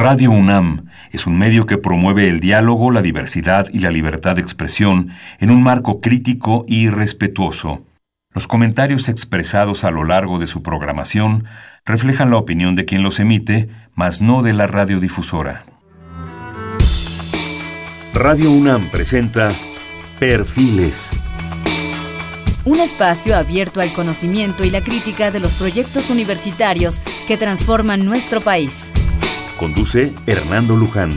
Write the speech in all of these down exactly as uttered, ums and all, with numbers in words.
Radio UNAM es un medio que promueve el diálogo, la diversidad y la libertad de expresión en un marco crítico y respetuoso. Los comentarios expresados a lo largo de su programación reflejan la opinión de quien los emite, mas no de la radiodifusora. Radio UNAM presenta Perfiles. Un espacio abierto al conocimiento y la crítica de los proyectos universitarios que transforman nuestro país. Conduce Hernando Luján.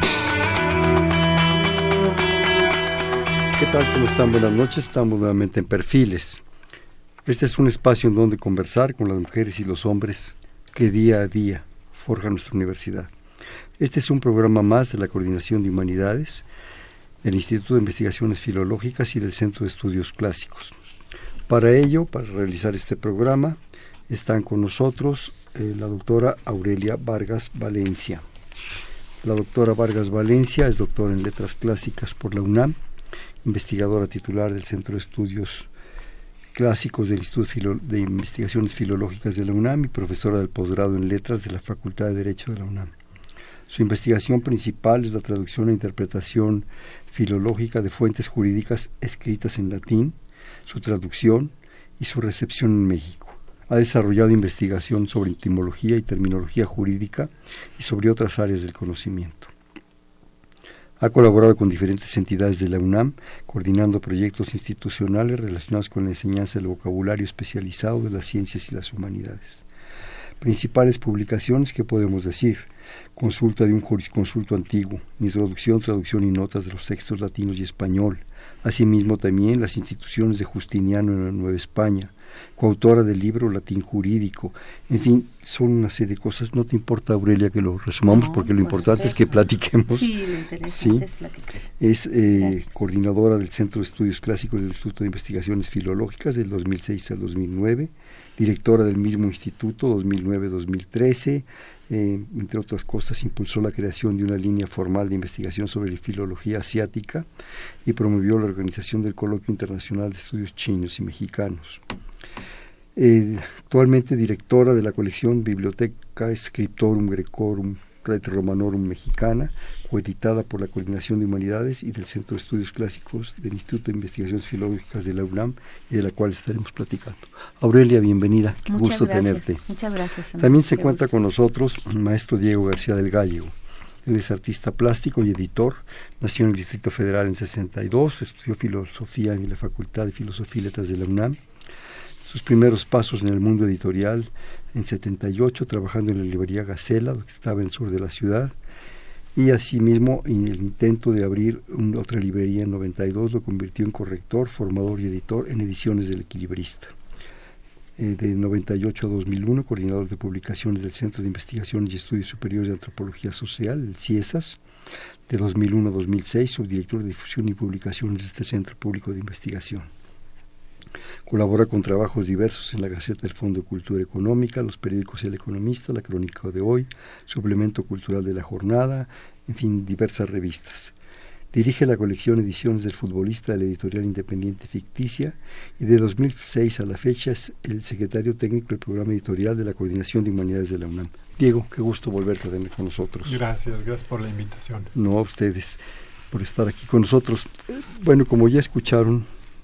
¿Qué tal? ¿Cómo están? Buenas noches. Estamos nuevamente en Perfiles. Este es un espacio en donde conversar con las mujeres y los hombres que día a día forjan nuestra universidad. Este es un programa más de la Coordinación de Humanidades, del Instituto de Investigaciones Filológicas y del Centro de Estudios Clásicos. Para ello, para realizar este programa, están con nosotros eh, la doctora Aurelia Vargas Valencia. La doctora Vargas Valencia es doctora en Letras Clásicas por la UNAM, investigadora titular del Centro de Estudios Clásicos del Instituto Filo- de Investigaciones Filológicas de la UNAM y profesora del posgrado en Letras de la Facultad de Derecho de la UNAM. Su investigación principal es la traducción e interpretación filológica de fuentes jurídicas escritas en latín, su traducción y su recepción en México. Ha desarrollado investigación sobre etimología y terminología jurídica y sobre otras áreas del conocimiento. Ha colaborado con diferentes entidades de la UNAM, coordinando proyectos institucionales relacionados con la enseñanza del vocabulario especializado de las ciencias y las humanidades. Principales publicaciones que podemos decir: Consulta de un jurisconsulto antiguo, Introducción, traducción y notas de los textos latinos y español. Asimismo también Las instituciones de Justiniano en la Nueva España, coautora del libro Latín Jurídico. En fin, son una serie de cosas. No te importa, Aurelia, que lo resumamos, no, porque lo importante es que platiquemos. Sí, lo interesante ¿Sí? es platicar. Es eh, coordinadora del Centro de Estudios Clásicos del Instituto de Investigaciones Filológicas del dos mil seis al dos mil nueve, directora del mismo instituto dos mil nueve a dos mil trece. Eh, entre otras cosas, impulsó la creación de una línea formal de investigación sobre la filología asiática y promovió la organización del Coloquio Internacional de Estudios Chinos y Mexicanos. Eh, actualmente directora de la colección Bibliotheca Scriptorum Graecorum Ret Romanorum Mexicana, coeditada por la Coordinación de Humanidades y del Centro de Estudios Clásicos del Instituto de Investigaciones Filológicas de la UNAM, y de la cual estaremos platicando. Aurelia, bienvenida, qué Muchas gusto gracias. tenerte. Muchas gracias. También se Qué encuentra gusto. con nosotros el maestro Diego García del Gallego. Él es artista plástico y editor, nació en el Distrito Federal en sesenta y dos, estudió filosofía en la Facultad de Filosofía y Letras de la UNAM. Sus primeros pasos en el mundo editorial en setenta y ocho, trabajando en la librería Gacela, que estaba en el sur de la ciudad, y asimismo en el intento de abrir una, otra librería en noventa y dos, lo convirtió en corrector, formador y editor en Ediciones del Equilibrista. Eh, de noventa y ocho a dos mil uno, coordinador de publicaciones del Centro de Investigaciones y Estudios Superiores de Antropología Social, el CIESAS. De dos mil uno a dos mil seis, subdirector de difusión y publicaciones de este Centro Público de Investigación. Colabora con trabajos diversos en la Gaceta del Fondo de Cultura Económica, los periódicos El Economista, La Crónica de Hoy, Suplemento Cultural de la Jornada, en fin, diversas revistas. Dirige la colección Ediciones del Futbolista de la editorial independiente Ficticia, y de dos mil seis a la fecha es el secretario técnico del programa editorial de la Coordinación de Humanidades de la UNAM. Diego, qué gusto volverte a tener con nosotros. Gracias, gracias por la invitación. No, a ustedes por estar aquí con nosotros. Bueno, como ya escucharon,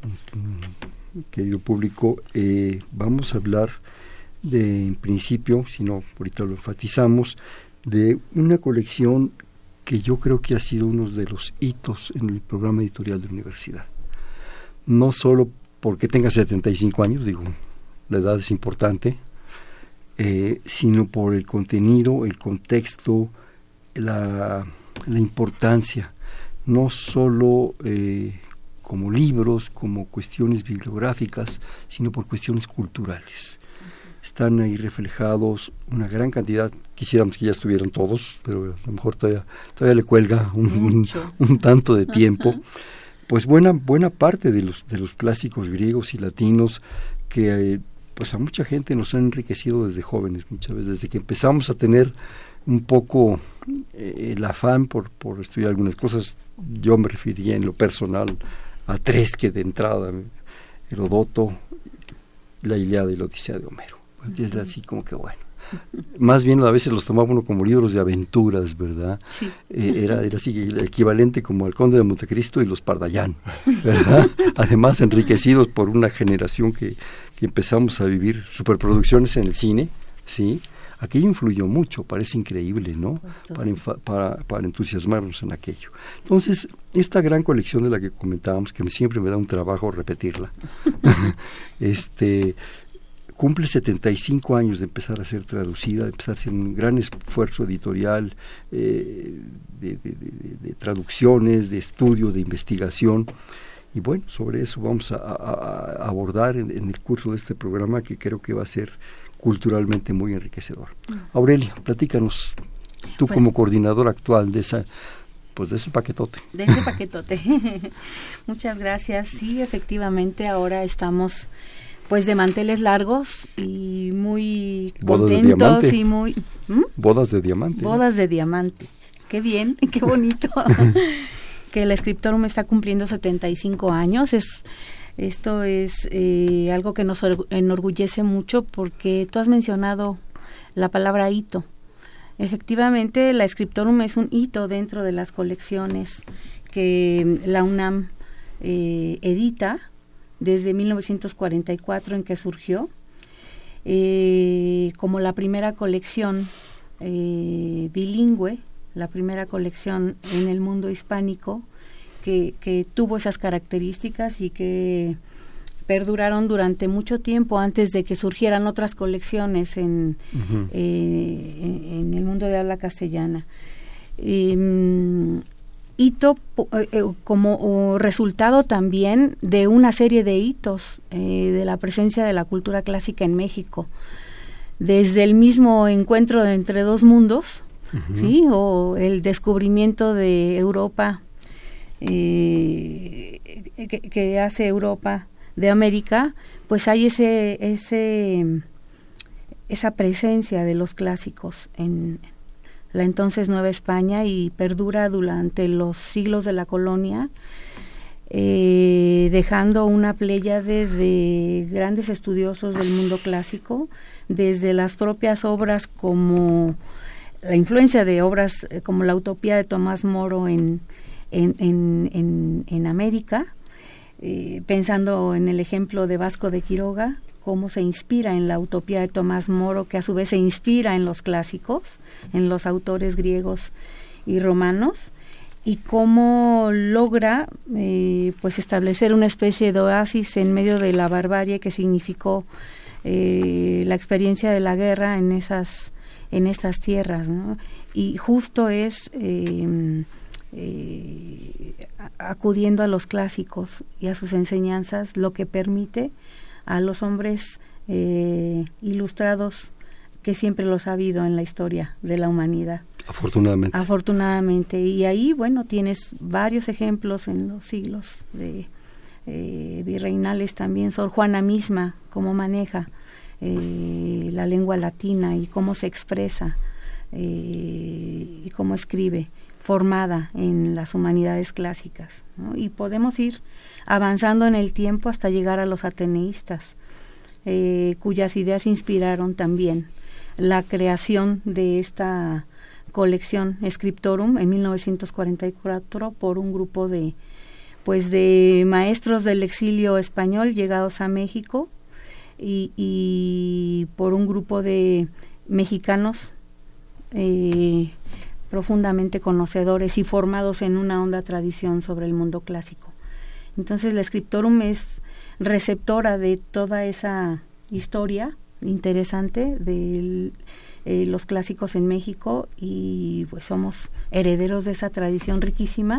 querido público, eh, vamos a hablar de, en principio, si no, ahorita lo enfatizamos, de una colección que yo creo que ha sido uno de los hitos en el programa editorial de la universidad. No solo porque tenga setenta y cinco años, digo, la edad es importante, eh, sino por el contenido, el contexto, la, la importancia, no solo eh, como libros, como cuestiones bibliográficas, sino por cuestiones culturales. Están ahí reflejados una gran cantidad, quisiéramos que ya estuvieran todos, pero a lo mejor todavía, todavía le cuelga un, un, un tanto de tiempo. Uh-huh. Pues buena buena parte de los de los clásicos griegos y latinos que eh, pues a mucha gente nos han enriquecido desde jóvenes, muchas veces, desde que empezamos a tener un poco eh, el afán por, por estudiar algunas cosas. Yo me refería en lo personal a tres que de entrada: Herodoto, la Ilíada y la Odisea de Homero. Pues es así como que bueno. Más bien a veces los tomaba uno como libros de aventuras, ¿verdad? Sí. Eh, era, era así el equivalente como el Conde de Montecristo y los Pardallán, ¿verdad? Además enriquecidos por una generación que, que empezamos a vivir superproducciones en el cine, ¿sí? Aquello influyó mucho, parece increíble, ¿no? Para, infa- para, para entusiasmarnos en aquello. Entonces, esta gran colección de la que comentábamos, que siempre me da un trabajo repetirla, este, cumple setenta y cinco años de empezar a ser traducida, de empezar a hacer un gran esfuerzo editorial, eh, de, de, de, de traducciones, de estudio, de investigación. Y bueno, sobre eso vamos a, a, a abordar en, en el curso de este programa, que creo que va a ser culturalmente muy enriquecedor. Aurelia, platícanos, tú pues, como coordinadora actual de esa, pues de ese paquetote. De ese paquetote. Muchas gracias. Sí, efectivamente, ahora estamos pues de manteles largos y muy Bodas contentos y muy... ¿Mm? Bodas de diamante. Bodas de diamante. Qué bien, qué bonito. Que el Scriptorum está cumpliendo setenta y cinco años. Es... Esto es eh, algo que nos enorgullece mucho, porque tú has mencionado la palabra hito. Efectivamente, la Scriptorum es un hito dentro de las colecciones que la UNAM eh, edita desde mil novecientos cuarenta y cuatro, en que surgió, eh, como la primera colección eh, bilingüe, la primera colección en el mundo hispánico, Que, que tuvo esas características y que perduraron durante mucho tiempo antes de que surgieran otras colecciones en, uh-huh. eh, en, en el mundo de habla castellana. Eh, hito eh, como resultado también de una serie de hitos eh, de la presencia de la cultura clásica en México, desde el mismo encuentro entre dos mundos, uh-huh. ¿sí? O el descubrimiento de Europa, Eh, que, que hace Europa de América, pues hay ese ese esa presencia de los clásicos en la entonces Nueva España, y perdura durante los siglos de la colonia, eh, dejando una pléyade de grandes estudiosos del mundo clásico, desde las propias obras, como la influencia de obras eh, como la Utopía de Tomás Moro en En, en, en, en América, eh, pensando en el ejemplo de Vasco de Quiroga, cómo se inspira en la Utopía de Tomás Moro, que a su vez se inspira en los clásicos, en los autores griegos y romanos, y cómo logra eh, pues establecer una especie de oasis en medio de la barbarie que significó eh, la experiencia de la guerra en esas, en estas tierras, ¿no? Y justo es... Eh, Eh, acudiendo a los clásicos y a sus enseñanzas, lo que permite a los hombres eh, ilustrados, que siempre los ha habido en la historia de la humanidad. Afortunadamente. Afortunadamente. Y ahí, bueno, tienes varios ejemplos en los siglos de, eh, virreinales también. Sor Juana misma, cómo maneja eh, la lengua latina y cómo se expresa eh, y cómo escribe, formada en las humanidades clásicas, ¿no? Y podemos ir avanzando en el tiempo hasta llegar a los ateneístas, eh, cuyas ideas inspiraron también la creación de esta colección Scriptorum en mil novecientos cuarenta y cuatro por un grupo de pues de maestros del exilio español llegados a México, y, y por un grupo de mexicanos eh, profundamente conocedores y formados en una honda tradición sobre el mundo clásico. Entonces la Scriptorum es receptora de toda esa historia interesante de eh, los clásicos en México, y pues somos herederos de esa tradición riquísima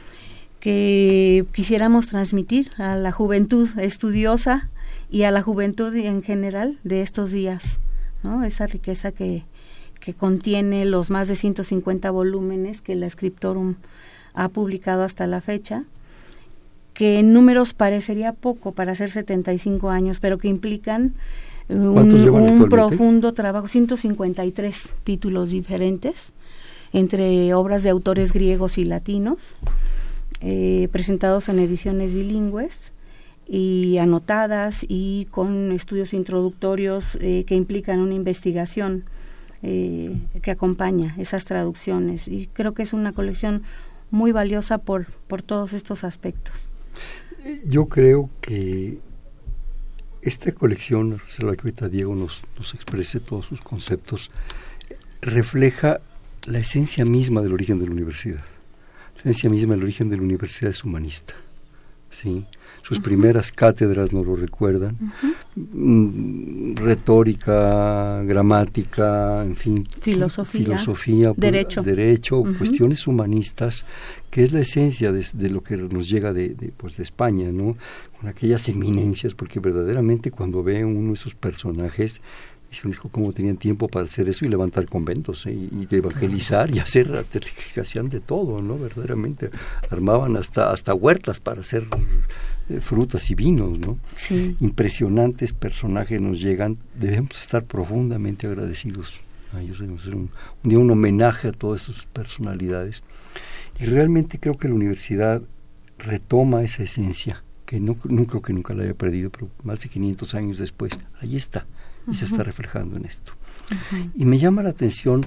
que quisiéramos transmitir a la juventud estudiosa y a la juventud en general de estos días, ¿no? Esa riqueza que que contiene los más de ciento cincuenta volúmenes que la Scriptorum ha publicado hasta la fecha, que en números parecería poco para hacer setenta y cinco años, pero que implican un, un profundo trabajo, ciento cincuenta y tres títulos diferentes, entre obras de autores griegos y latinos, eh, presentados en ediciones bilingües, y anotadas y con estudios introductorios eh, que implican una investigación eh, que acompaña esas traducciones, y creo que es una colección muy valiosa por, por todos estos aspectos. Yo creo que esta colección, la que ahorita Diego nos, nos exprese todos sus conceptos, refleja la esencia misma del origen de la universidad. La esencia misma del origen de la universidad es humanista, ¿sí? Sus uh-huh. primeras cátedras nos lo recuerdan, uh-huh. mm, retórica, gramática, en fin, filosofía, filosofía derecho, pues, derecho uh-huh. cuestiones humanistas, que es la esencia de, de lo que nos llega de, de, pues, de España, ¿no? Con aquellas eminencias, porque verdaderamente cuando ve uno de esos personajes, dice un hijo cómo tenían tiempo para hacer eso y levantar conventos, ¿eh? y, y evangelizar y hacer, hacían de todo, ¿no? Verdaderamente armaban hasta hasta huertas para hacer eh, frutas y vinos, ¿no? Sí. Impresionantes personajes nos llegan, debemos estar profundamente agradecidos a ellos, debemos hacer un, un día un homenaje a todas esas personalidades, y realmente creo que la universidad retoma esa esencia, que no, no creo que nunca la haya perdido, pero más de quinientos años después, ahí está. Y uh-huh. se está reflejando en esto. Uh-huh. Y me llama la atención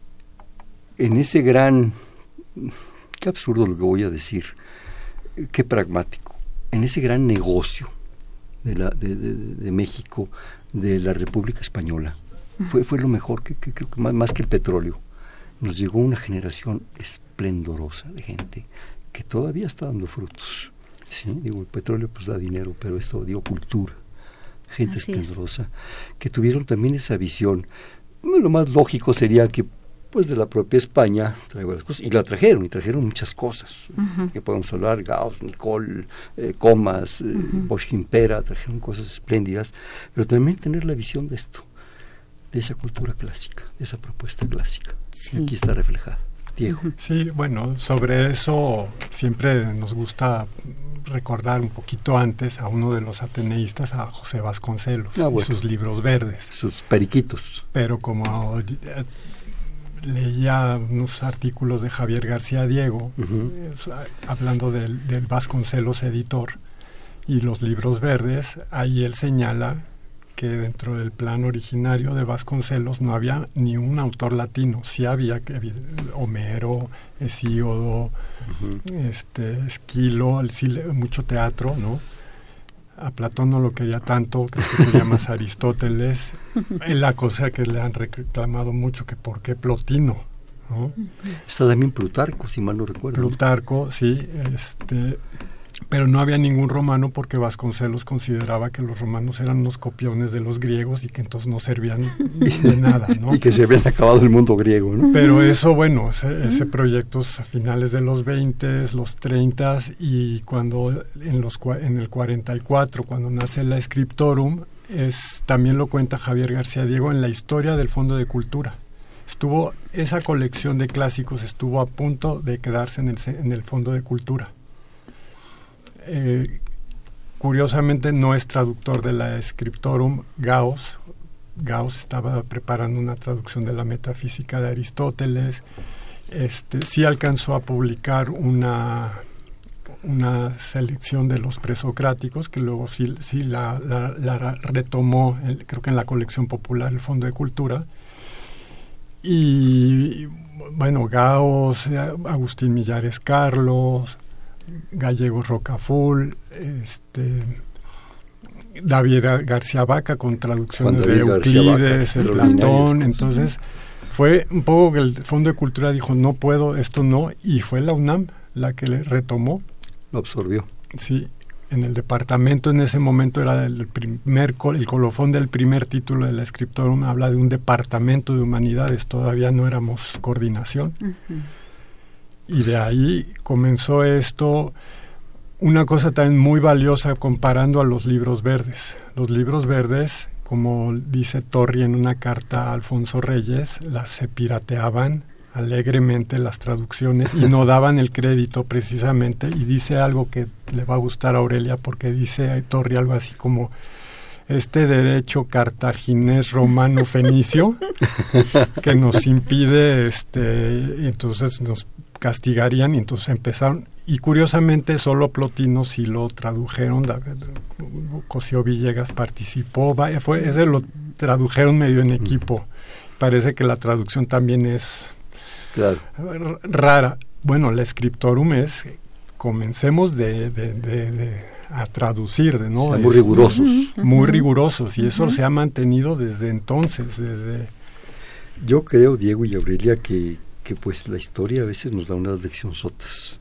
en ese gran, qué absurdo lo que voy a decir, qué pragmático, en ese gran negocio de, la, de, de, de México, de la República Española. Uh-huh. Fue, fue lo mejor, que, que creo que más, más que el petróleo. Nos llegó una generación esplendorosa de gente que todavía está dando frutos. ¿Sí? Digo, el petróleo pues da dinero, pero esto dio cultura. Gente Así esplendorosa, es. que tuvieron también esa visión. Lo más lógico sería que, pues, de la propia España traigo las cosas, y la trajeron, y trajeron muchas cosas, uh-huh. que podemos hablar, Gauss, Nicole, eh, Comas, eh, uh-huh. Bosch Gimpera, trajeron cosas espléndidas, pero también tener la visión de esto, de esa cultura clásica, de esa propuesta clásica, sí. aquí está reflejada. Diego. Sí, bueno, sobre eso siempre nos gusta recordar un poquito antes a uno de los ateneístas, a José Vasconcelos, ah, bueno. y sus libros verdes. Sus periquitos. Pero como eh, leía unos artículos de Javier García Diego, uh-huh. es, hablando del, del Vasconcelos editor, y los libros verdes, ahí él señala que dentro del plan originario de Vasconcelos no había ni un autor latino, sí había que Homero, Hesíodo, uh-huh. este, Esquilo, sí, mucho teatro, ¿no? A Platón no lo quería tanto, creo que se llama Aristóteles, es la cosa que le han reclamado mucho, que por qué Plotino, ¿no? Está también Plutarco, si mal no recuerdo. Plutarco, sí, este... pero no había ningún romano porque Vasconcelos consideraba que los romanos eran unos copiones de los griegos y que entonces no servían de nada, ¿no? Y que se habían acabado el mundo griego, ¿no? Pero eso, bueno, ese, ese proyecto es a finales de los veinte, los treinta, y cuando en los en el cuarenta y cuatro, cuando nace la Scriptorum, es, también lo cuenta Javier García Diego en la historia del Fondo de Cultura. Estuvo, esa colección de clásicos estuvo a punto de quedarse en el, en el Fondo de Cultura. Eh, curiosamente no es traductor de la Scriptorum Gauss. Gauss estaba preparando una traducción de la Metafísica de Aristóteles. Este, sí alcanzó a publicar una, una selección de los presocráticos, que luego sí, sí la, la, la retomó, el, creo que en la colección popular, el Fondo de Cultura. Y bueno, Gauss, Agustín Millares Carlos, Gallegos Rocaful, este, David García Vaca con traducciones de Euclides, de Platón. Entonces fue un poco que el Fondo de Cultura dijo no puedo, esto no, y fue la UNAM la que le retomó. Lo absorbió. Sí, en el departamento en ese momento era el primer, el colofón del primer título de la Scriptorum, habla de un departamento de humanidades, todavía no éramos coordinación. Uh-huh. Y de ahí comenzó esto, una cosa también muy valiosa comparando a los libros verdes. Los libros verdes, como dice Torri en una carta a Alfonso Reyes, las se pirateaban alegremente las traducciones y no daban el crédito precisamente, y dice algo que le va a gustar a Aurelia, porque dice a Torri algo así como este derecho cartaginés romano fenicio que nos impide, este, entonces nos castigarían, y entonces empezaron, y curiosamente solo Plotino sí lo tradujeron, Cosío Villegas participó, fue, ese lo tradujeron medio en equipo. Parece que la traducción también es claro. rara. Bueno, la Scriptorum es, comencemos de, de, de, de a traducir, ¿no? O sea, muy es, rigurosos. Muy uh-huh. rigurosos, y uh-huh. eso se ha mantenido desde entonces. Desde... Yo creo, Diego y Aurelia, que, que pues la historia a veces nos da unas leccionzotas.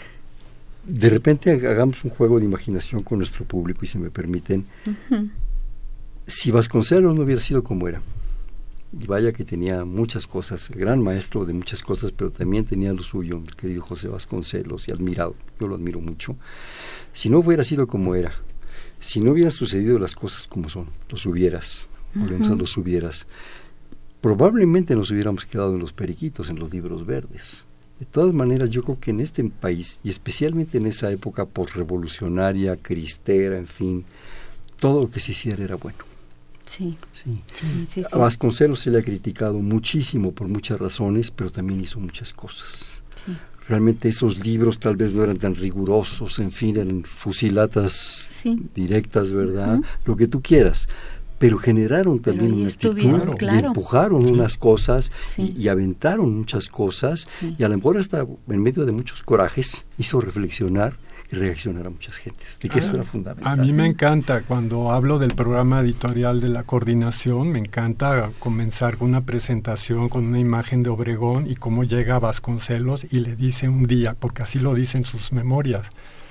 De repente hagamos un juego de imaginación con nuestro público, y si me permiten, uh-huh. si Vasconcelos no hubiera sido como era, y vaya que tenía muchas cosas, el gran maestro de muchas cosas, pero también tenía lo suyo, el querido José Vasconcelos, y admirado, yo lo admiro mucho. Si no hubiera sido como era, si no hubieran sucedido las cosas como son, los hubieras, volvemos uh-huh. a los hubieras, probablemente nos hubiéramos quedado en los periquitos, en los libros verdes. De todas maneras, yo creo que en este país, y especialmente en esa época posrevolucionaria, cristera, en fin, todo lo que se hiciera era bueno. Sí. Sí. Sí, sí, sí. A Vasconcelos se le ha criticado muchísimo por muchas razones, pero también hizo muchas cosas. Sí. Realmente esos libros tal vez no eran tan rigurosos, en fin, eran fusilatas sí. directas, ¿verdad? Uh-huh. Lo que tú quieras. Pero generaron también una actitud claro. y empujaron sí. unas cosas sí. y, y aventaron muchas cosas sí. y a lo mejor hasta en medio de muchos corajes hizo reflexionar y reaccionar a muchas gentes, y que ah, eso era fundamental. A mí me encanta, cuando hablo del programa editorial de la coordinación, me encanta comenzar con una presentación, con una imagen de Obregón y cómo llega Vasconcelos y le dice un día, porque así lo dice en sus memorias,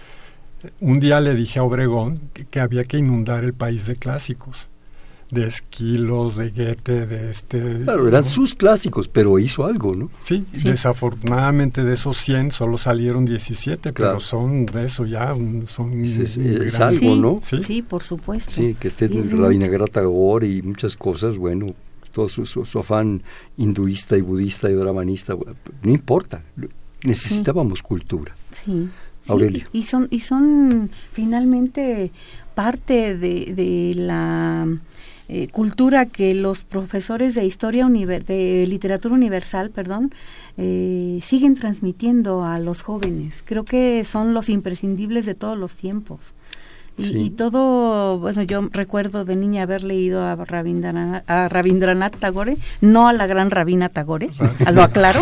un día le dije a Obregón que, que había que inundar el país de clásicos, de Esquilos, de Goethe, de este... Claro, eran ¿no? sus clásicos, pero hizo algo, ¿no? Sí, sí. Desafortunadamente de esos cien solo salieron diecisiete, claro. pero son de eso ya, son... Sí, sí, es algo, sí, ¿no? ¿Sí? sí, por supuesto. Sí, que esté en Rabindranath Tagore y muchas cosas, bueno, todo su, su, su afán hinduista y budista y brahmanista, no importa, necesitábamos sí. cultura. Sí. Aurelia. Sí, y son, y son finalmente parte de, de la... Eh, cultura que los profesores de historia univer- de literatura universal, perdón, eh, siguen transmitiendo a los jóvenes. Creo que son los imprescindibles de todos los tiempos. Y, sí. y todo, bueno, yo recuerdo de niña haber leído a Rabindranath, a Rabindranath Tagore, no a la gran Rabina Tagore, a lo aclaro,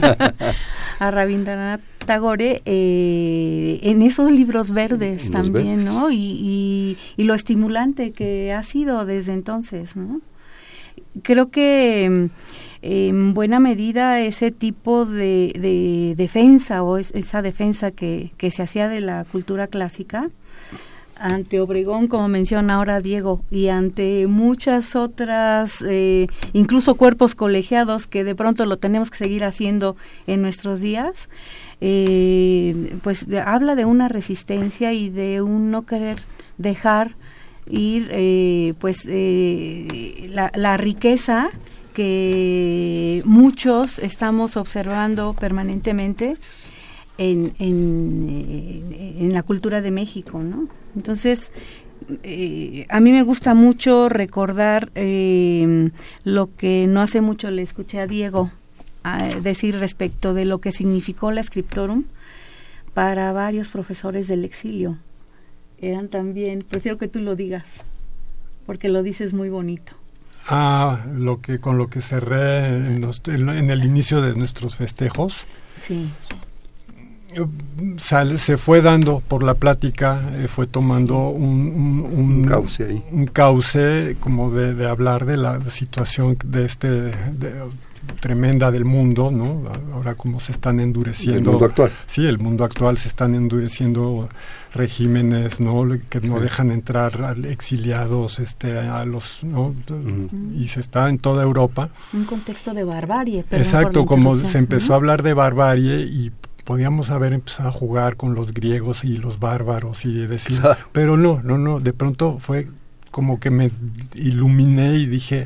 a Rabindranath Tagore eh, en esos libros verdes en también, verdes. ¿no? Y, y, y lo estimulante que ha sido desde entonces, ¿no? Creo que en buena medida ese tipo de, de defensa o es, esa defensa que, que se hacía de la cultura clásica ante Obregón, como menciona ahora Diego, y ante muchas otras, eh, incluso cuerpos colegiados que de pronto lo tenemos que seguir haciendo en nuestros días, eh, pues de, habla de una resistencia y de un no querer dejar ir eh, pues eh, la, la riqueza que muchos estamos observando permanentemente en, en, en la cultura de México, ¿no? Entonces, eh, a mí me gusta mucho recordar eh, lo que no hace mucho le escuché a Diego a decir respecto de lo que significó la Scriptorum para varios profesores del exilio. Eran también, prefiero que tú lo digas, porque lo dices muy bonito. Ah, lo que con lo que cerré en, los, en, en el inicio de nuestros festejos. Sí. Sale, se fue dando por la plática, eh, fue tomando sí. un, un, un, un cauce ahí. un cauce como de, de hablar de la situación de este de, tremenda del mundo, ¿no? Ahora como se están endureciendo el mundo actual. Sí, el mundo actual se están endureciendo regímenes, ¿no? Que no dejan entrar exiliados, este, a los, ¿no? Uh-huh. Y se está en toda Europa. Un contexto de barbarie. Exacto, como se empezó uh-huh. a hablar de barbarie y podíamos haber empezado a jugar con los griegos y los bárbaros y decir, claro. pero no, no, no, de pronto fue como que me iluminé y dije,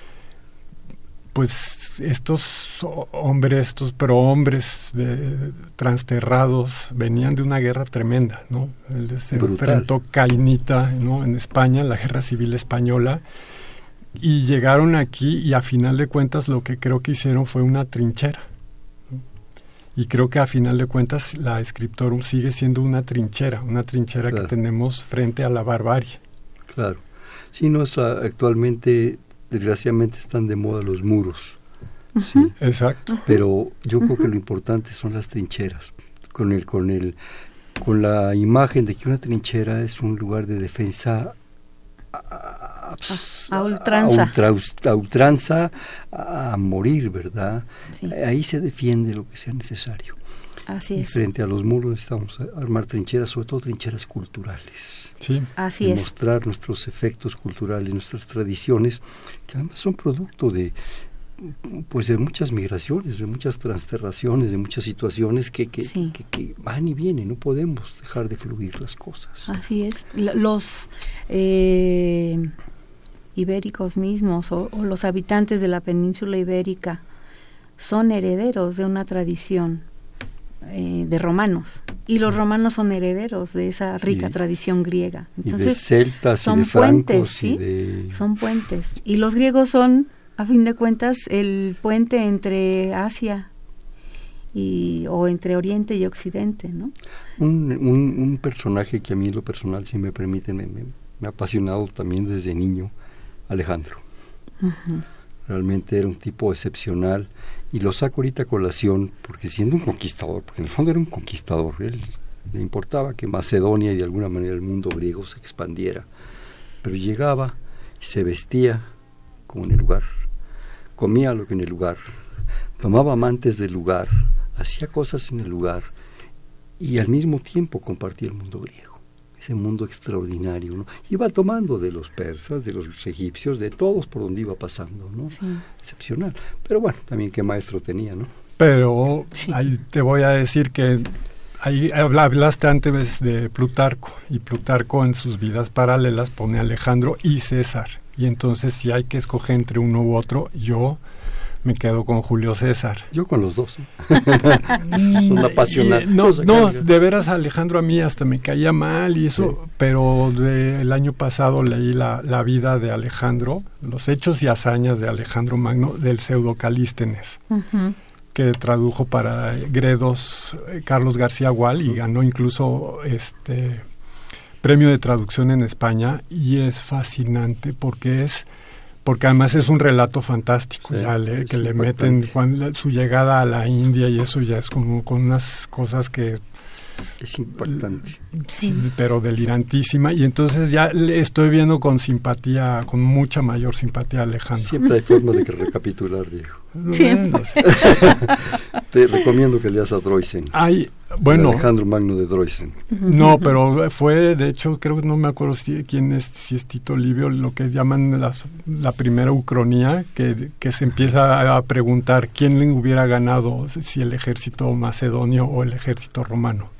pues estos hombres, estos prohombres de, transterrados venían de una guerra tremenda, ¿no? Se Brutal. enfrentó Cainita, ¿no? En España, la guerra civil española, y llegaron aquí y a final de cuentas lo que creo que hicieron fue una trinchera. Y creo que a final de cuentas la Scriptorum sigue siendo una trinchera, una trinchera claro. que tenemos frente a la barbarie. Claro. Sí, no, actualmente desgraciadamente están de moda los muros. Uh-huh. Sí. Exacto. Pero yo creo uh-huh. que lo importante son las trincheras. Con el, con el, con la imagen de que una trinchera es un lugar de defensa a, a, a, a ultranza, a, ultra, a, ultranza a, a morir, ¿verdad? Sí. Ahí se defiende lo que sea necesario. Así y es. Frente a los muros necesitamos armar trincheras, sobre todo trincheras culturales. Sí. Así de es. Mostrar nuestros efectos culturales, nuestras tradiciones, que además son producto de pues de muchas migraciones, de muchas transterraciones, de muchas situaciones que, que, sí. que, que van y vienen, no podemos dejar de fluir las cosas. Así es. Los eh, ibéricos mismos o, o los habitantes de la península ibérica son herederos de una tradición eh, de romanos, y los romanos son herederos de esa rica sí. tradición griega. Entonces, y de celtas son y de puentes, francos, ¿sí? Y de... Son puentes. Y los griegos son, a fin de cuentas, el puente entre Asia y o entre Oriente y Occidente, ¿no? Un, un, un personaje que a mí en lo personal, si me permiten, me, me, me ha apasionado también desde niño, Alejandro. Uh-huh. Realmente era un tipo excepcional, y lo saco ahorita a colación porque siendo un conquistador, porque en el fondo era un conquistador, él le importaba que Macedonia y de alguna manera el mundo griego se expandiera, pero llegaba y se vestía como en el lugar, comía lo que en el lugar, tomaba amantes del lugar, hacía cosas en el lugar y al mismo tiempo compartía el mundo griego, ese mundo extraordinario, ¿no? Iba tomando de los persas, de los egipcios, de todos por donde iba pasando, ¿no? Sí. Excepcional. Pero bueno, también qué maestro tenía, ¿no? Pero sí. ahí te voy a decir que ahí hablaste antes de Plutarco, y Plutarco en sus vidas paralelas pone a Alejandro y César. Y entonces si hay que escoger entre uno u otro, yo me quedo con Julio César. Yo con los dos. ¿eh? Son apasionados. No, no, de veras Alejandro a mí hasta me caía mal y eso, sí. Pero de, el año pasado leí la, la vida de Alejandro, los hechos y hazañas de Alejandro Magno, del Pseudo-Calístenes, uh-huh. que tradujo para Gredos eh, Carlos García Gual y ganó incluso este premio de traducción en España, y es fascinante porque es porque además es un relato fantástico, sí, ya le, que le meten cuando, su llegada a la India, y eso ya es como con unas cosas que es impactante, sí, pero delirantísima, y entonces ya le estoy viendo con simpatía, con mucha mayor simpatía a Alejandro. Siempre hay forma de que recapitular, Diego. Siempre. No sé. Te recomiendo que leas a Droysen. Ay, bueno, Alejandro Magno de Droysen. No, pero fue, de hecho, creo que no me acuerdo si, quién es, si es Tito Livio, lo que llaman las, la primera ucronía, que, que se empieza a, a preguntar quién le hubiera ganado, si el ejército macedonio o el ejército romano.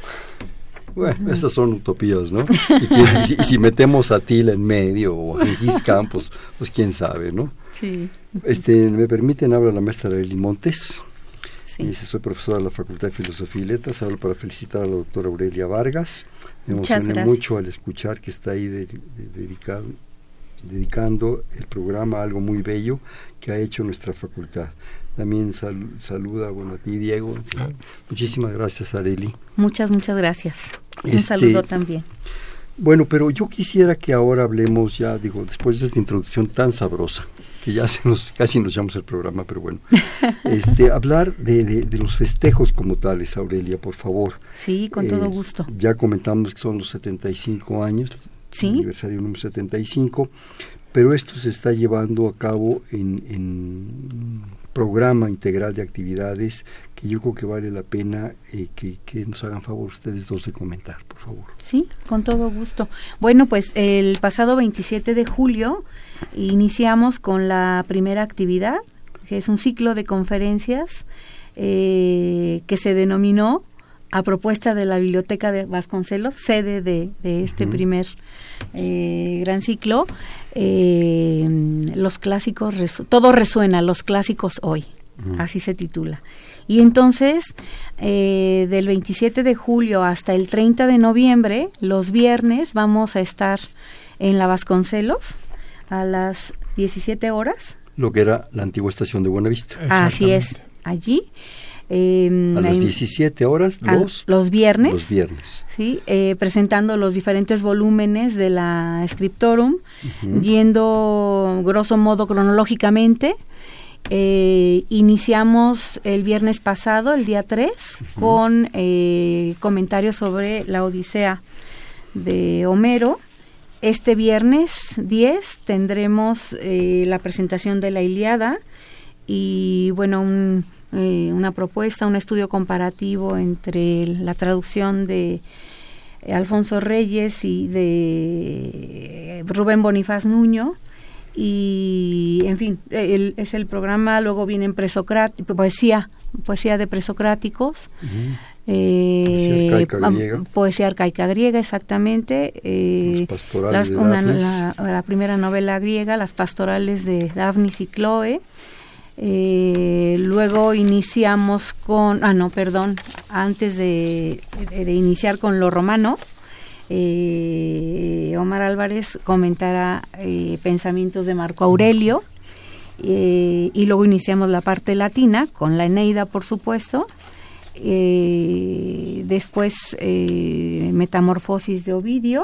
Bueno, uh-huh. esas son utopías, ¿no? Y, que, y, si, y si metemos a Tila en medio o a Gengis Khan, pues, pues quién sabe, ¿no? Sí. Este, me permiten, habla la maestra Arely Montes. Sí. Dice, soy profesora de la Facultad de Filosofía y Letras, hablo para felicitar a la doctora Aurelia Vargas. Me Muchas emocioné gracias. mucho al escuchar que está ahí de, de, dedicado, dedicando el programa a algo muy bello que ha hecho nuestra facultad. También sal, saluda bueno, a ti, Diego. Ah. Muchísimas gracias, Arely. Muchas, muchas gracias. Un este, saludo también. Bueno, pero yo quisiera que ahora hablemos ya, digo, después de esta introducción tan sabrosa, que ya se nos, casi nos llamamos el programa, pero bueno, este, hablar de, de, de los festejos como tales, Aurelia, por favor. Sí, con eh, todo gusto. Ya comentamos que son los setenta y cinco años, ¿sí? El aniversario número setenta y cinco, pero esto se está llevando a cabo en, en un programa integral de actividades que yo creo que vale la pena eh, que, que nos hagan favor ustedes dos de comentar, por favor. Sí, con todo gusto. Bueno, pues el pasado veintisiete de julio iniciamos con la primera actividad, que es un ciclo de conferencias eh, que se denominó, a propuesta de la Biblioteca de Vasconcelos, sede de, de este uh-huh. primer eh, gran ciclo, eh, los clásicos, resu- todo resuena, los clásicos hoy, uh-huh. así se titula. Y entonces, eh, del veintisiete de julio hasta el treinta de noviembre, los viernes, vamos a estar en la Vasconcelos a las diecisiete horas. Lo que era la antigua estación de Buenavista. Así es, allí. Eh, a las diecisiete horas, los, los viernes, los viernes. ¿sí? Eh, presentando los diferentes volúmenes de la Scriptorum, uh-huh. yendo grosso modo cronológicamente. Eh, iniciamos el viernes pasado, el día tres, uh-huh. con eh, comentarios sobre la Odisea de Homero. Este viernes diez tendremos eh, la presentación de la Ilíada y, bueno, un... Eh, una propuesta, un estudio comparativo entre la traducción de eh, Alfonso Reyes y de Rubén Bonifaz Nuño, y en fin, el, es el programa. Luego vienen presocráticos, poesía, poesía de presocráticos, uh-huh. eh, poesía arcaica griega, poesía arcaica griega, exactamente, eh, Los pastorales las, de una, Dafnis. la, la primera novela griega, las pastorales de Dafnis y Cloe. Eh, luego iniciamos con, ah no, perdón, antes de, de, de iniciar con lo romano, eh, Omar Álvarez comentará eh, pensamientos de Marco Aurelio, eh, y luego iniciamos la parte latina con la Eneida, por supuesto, eh, después eh, Metamorfosis de Ovidio,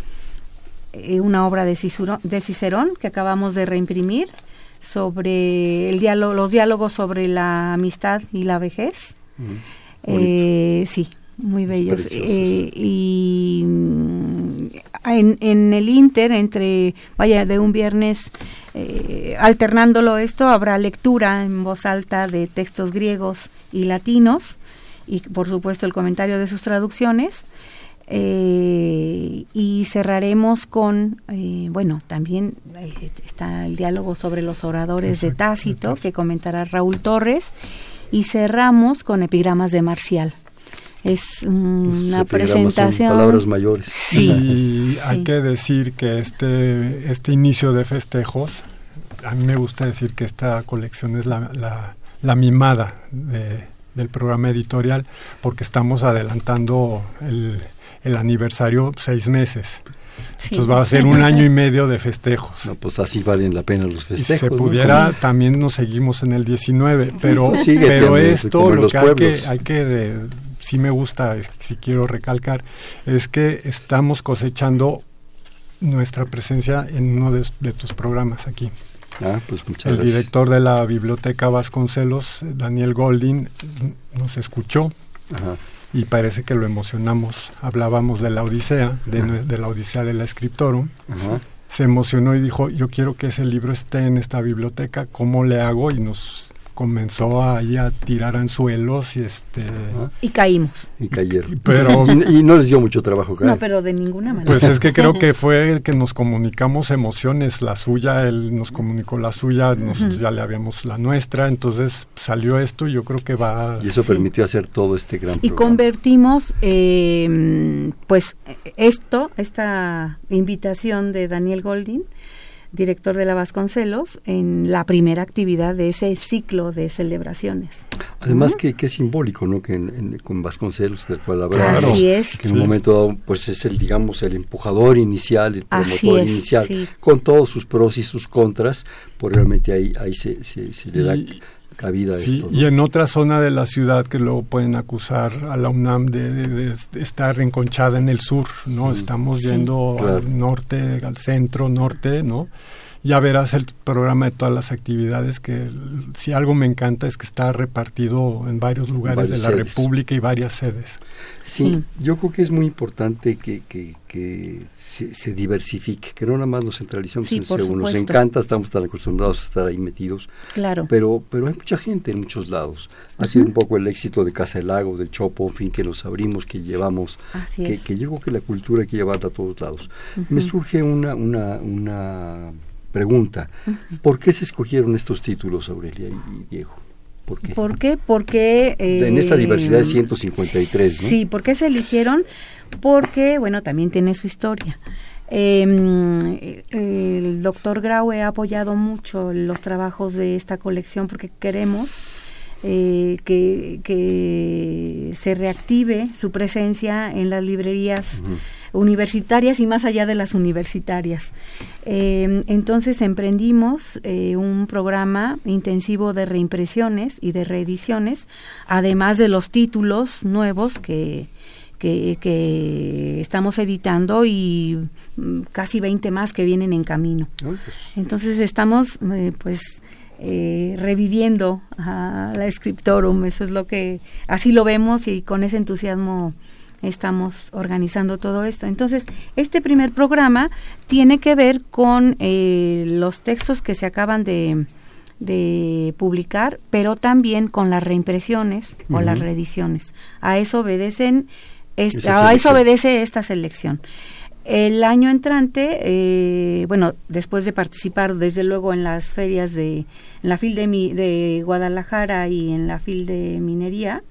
eh, una obra de Cicerón, de Cicerón que acabamos de reimprimir, sobre el diálogo, los diálogos sobre la amistad y la vejez. Mm, eh, sí, muy bellos. Eh, y en, en el inter, entre, vaya, de un viernes, eh, alternándolo esto, habrá lectura en voz alta de textos griegos y latinos, y por supuesto el comentario de sus traducciones. Eh, y cerraremos con, eh, bueno, también eh, está el diálogo sobre los oradores de Tácito, que comentará Raúl Torres, y cerramos con epigramas de Marcial. Es um, una presentación. Son palabras mayores. Sí. Y sí. hay que decir que este, este inicio de festejos, a mí me gusta decir que esta colección es la, la, la mimada de, del programa editorial, porque estamos adelantando el el aniversario seis meses. Sí. Entonces va a ser un año y medio de festejos. No, pues así valen la pena los festejos. Y si se pudiera, ¿no? También nos seguimos en el diecinueve, pero, sí, pero esto, lo que hay, pueblos. que hay que, de, sí me gusta, si quiero recalcar, es que estamos cosechando nuestra presencia en uno de, de tus programas aquí. Ah, pues muchas el gracias. Director de la Biblioteca Vasconcelos, Daniel Goldin, nos escuchó. Ajá. Y parece que lo emocionamos. Hablábamos de la Odisea, de, de la Odisea de la Scriptorum. Uh-huh. Se emocionó y dijo, yo quiero que ese libro esté en esta biblioteca, ¿cómo le hago? Y nos comenzó ahí a tirar anzuelos y este... Uh-huh. Y caímos. Y cayeron. Pero, y, y no les dio mucho trabajo caer. No, pero de ninguna manera. Pues es que creo que fue que nos comunicamos emociones, la suya, él nos comunicó la suya, nosotros uh-huh. ya le habíamos la nuestra, entonces salió esto y yo creo que va... Y eso sí. permitió hacer todo este gran y programa. Convertimos, eh, pues, esto, esta invitación de Daniel Goldin, director de la Vasconcelos, en la primera actividad de ese ciclo de celebraciones. Además, uh-huh. que, que es simbólico, ¿no? Que en, en, con Vasconcelos, del cual hablamos, Así es. que en un momento dado, pues es el, digamos, el empujador inicial, el promotor es, inicial, sí. con todos sus pros y sus contras, pues realmente ahí, ahí se, se, se le da y, cabida sí, a esto, ¿no? Y en otra zona de la ciudad que luego pueden acusar a la UNAM de, de, de estar enconchada en el sur, ¿no? Mm, Estamos yendo sí, claro. al norte, al centro, norte, ¿no? Ya verás el programa de todas las actividades, que si algo me encanta es que está repartido en varios lugares en de la sedes. República y varias sedes. Sí, sí, yo creo que es muy importante que, que, que se, se diversifique, que no nada más nos centralizamos sí, en Seúl. Nos encanta, estamos tan acostumbrados a estar ahí metidos. Claro. Pero, pero hay mucha gente en muchos lados. Ha sido uh-huh. un poco el éxito de Casa del Lago, del Chopo, en fin, que los abrimos, que llevamos, Así que, es. que yo creo que la cultura hay que llevarla a todos lados. Uh-huh. Me surge una, una, una pregunta. Uh-huh. ¿Por qué se escogieron estos títulos, Aurelia y Diego? ¿Por qué? ¿Por qué? Porque... Eh, en esta diversidad de ciento cincuenta y tres, ¿no? Sí, ¿por qué se eligieron? Porque, bueno, también tiene su historia. Eh, el doctor Graue ha apoyado mucho los trabajos de esta colección porque queremos eh, que, que se reactive su presencia en las librerías uh-huh. universitarias y más allá de las universitarias. Eh, entonces emprendimos eh, un programa intensivo de reimpresiones y de reediciones, además de los títulos nuevos que Que, que estamos editando y mm, casi veinte más que vienen en camino. Entonces estamos eh, pues eh, reviviendo a la Scriptorum, eso es lo que, así lo vemos y con ese entusiasmo estamos organizando todo esto. Entonces este primer programa tiene que ver con eh, los textos que se acaban de, de publicar, pero también con las reimpresiones uh-huh. o las reediciones. A eso obedecen Esta, a eso obedece esta selección. El año entrante, eh, bueno, después de participar desde luego en las ferias de, en la FIL de, de Guadalajara y en la FIL de Minería,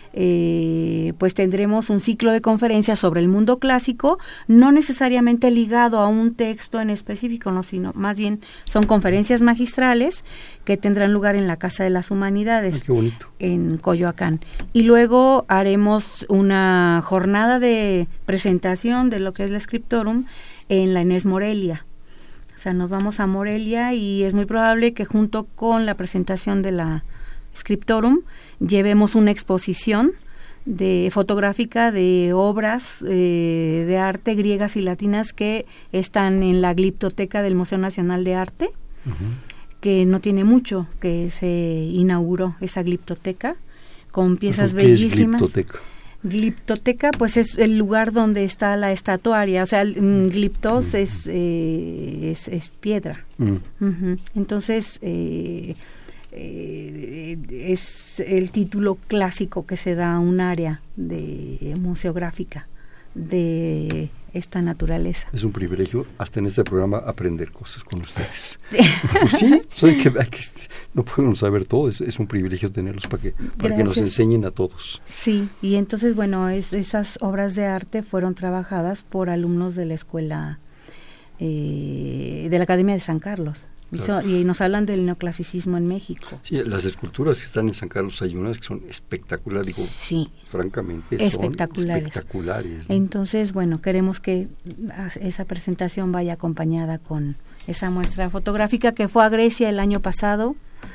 eh, pues tendremos un ciclo de conferencias sobre el mundo clásico, no necesariamente ligado a un texto en específico, no, sino más bien son conferencias magistrales que tendrán lugar en la Casa de las Humanidades. Ay, qué bonito. En Coyoacán. Y luego haremos una jornada de presentación de lo que es la Scriptorum en la Inés Morelia. O sea, nos vamos a Morelia y es muy probable que junto con la presentación de la Scriptorum llevemos una exposición de fotográfica de obras eh, de arte griegas y latinas que están en la Gliptoteca del Museo Nacional de Arte, uh-huh. que no tiene mucho que se inauguró esa gliptoteca con piezas ¿Qué bellísimas. Es gliptoteca? Gliptoteca, pues es el lugar donde está la estatuaria, o sea, el, mm, gliptos mm. es, eh, es es piedra. Mm. Uh-huh. Entonces eh, eh, es el título clásico que se da a un área de museográfica de esta naturaleza. Es un privilegio hasta en este programa aprender cosas con ustedes. Pues sí, pues hay que, hay que, no podemos saber todo, es, es un privilegio tenerlos para que, para que nos enseñen a todos. Sí, y entonces bueno, es, esas obras de arte fueron trabajadas por alumnos de la escuela, eh, de la Academia de San Carlos. Claro. Y nos hablan del neoclasicismo en México. Sí, las esculturas que están en San Carlos hay unas que son espectaculares, digo, sí, francamente espectaculares. son espectaculares, ¿no? Entonces, bueno, queremos que esa presentación vaya acompañada con esa muestra fotográfica que fue a Grecia el año pasado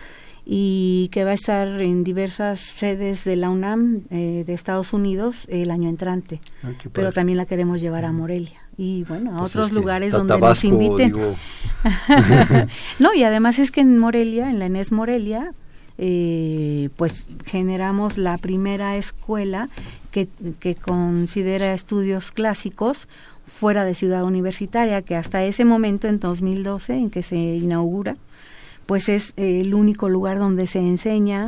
y que va a estar en diversas sedes de la UNAM eh, de Estados Unidos el año entrante. Ah, pero también la queremos llevar a Morelia y bueno, a pues otros es que lugares donde Tabasco, nos inviten. Digo... no, y además es que en Morelia, en la Inés Morelia, eh, pues generamos la primera escuela que, que considera estudios clásicos fuera de Ciudad Universitaria, que hasta ese momento, en dos mil doce, en que se inaugura, pues es eh, el único lugar donde se enseña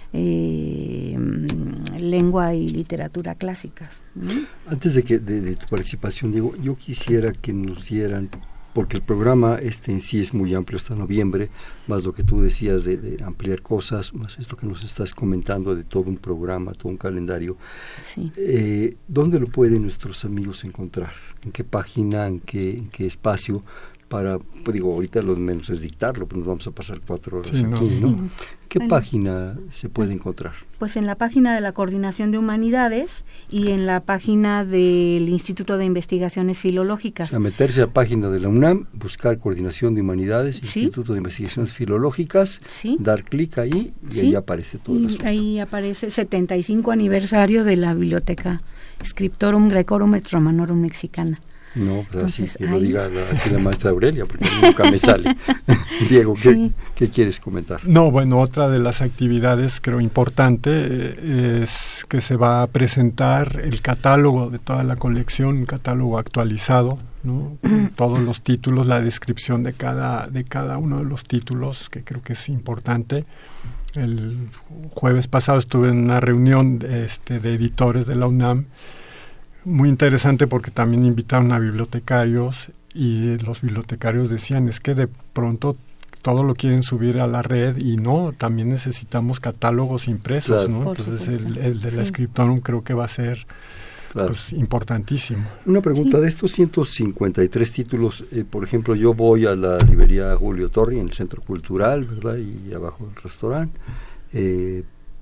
eh, lengua y literatura clásicas, ¿no? Antes de que de, de tu participación, Diego, yo quisiera que nos dieran, porque el programa este en sí es muy amplio hasta noviembre, más lo que tú decías de, de ampliar cosas, más esto que nos estás comentando de todo un programa, todo un calendario. Sí. Eh, ¿Dónde lo pueden nuestros amigos encontrar? ¿En qué página, en qué, en qué espacio? Para, pues digo, ahorita lo menos es dictarlo, pues nos vamos a pasar cuatro horas sí, aquí, ¿no? Sí. ¿Qué bueno, página se puede encontrar? Pues en la página de la Coordinación de Humanidades y en la página del Instituto de Investigaciones Filológicas. O sea, meterse a la página de la UNAM, buscar Coordinación de Humanidades, ¿sí? Instituto de Investigaciones Filológicas, ¿sí? Dar clic ahí y ¿sí? Ahí aparece todo el asunto. Ahí aparece setenta y cinco aniversario de la Biblioteca Scriptorum Graecorum et Romanorum Mexicana. No, pues así que ahí lo diga la, aquí la maestra Aurelia, porque nunca me sale. Diego, ¿qué, sí. ¿qué quieres comentar? No, bueno, otra de las actividades creo importante eh, es que se va a presentar el catálogo de toda la colección, un catálogo actualizado, ¿no? Con todos los títulos, la descripción de cada, de cada uno de los títulos, que creo que es importante. El jueves pasado estuve en una reunión este, de editores de la UNAM, muy interesante porque también invitaron a bibliotecarios y los bibliotecarios decían, es que de pronto todo lo quieren subir a la red y no, también necesitamos catálogos impresos, claro. ¿no? Entonces el, el de la sí. Scriptorum creo que va a ser claro. pues, importantísimo. Una pregunta, sí. de estos ciento cincuenta y tres títulos, eh, por ejemplo, yo voy a la librería Julio Torri en el Centro Cultural, ¿verdad? Y abajo el restaurante, eh,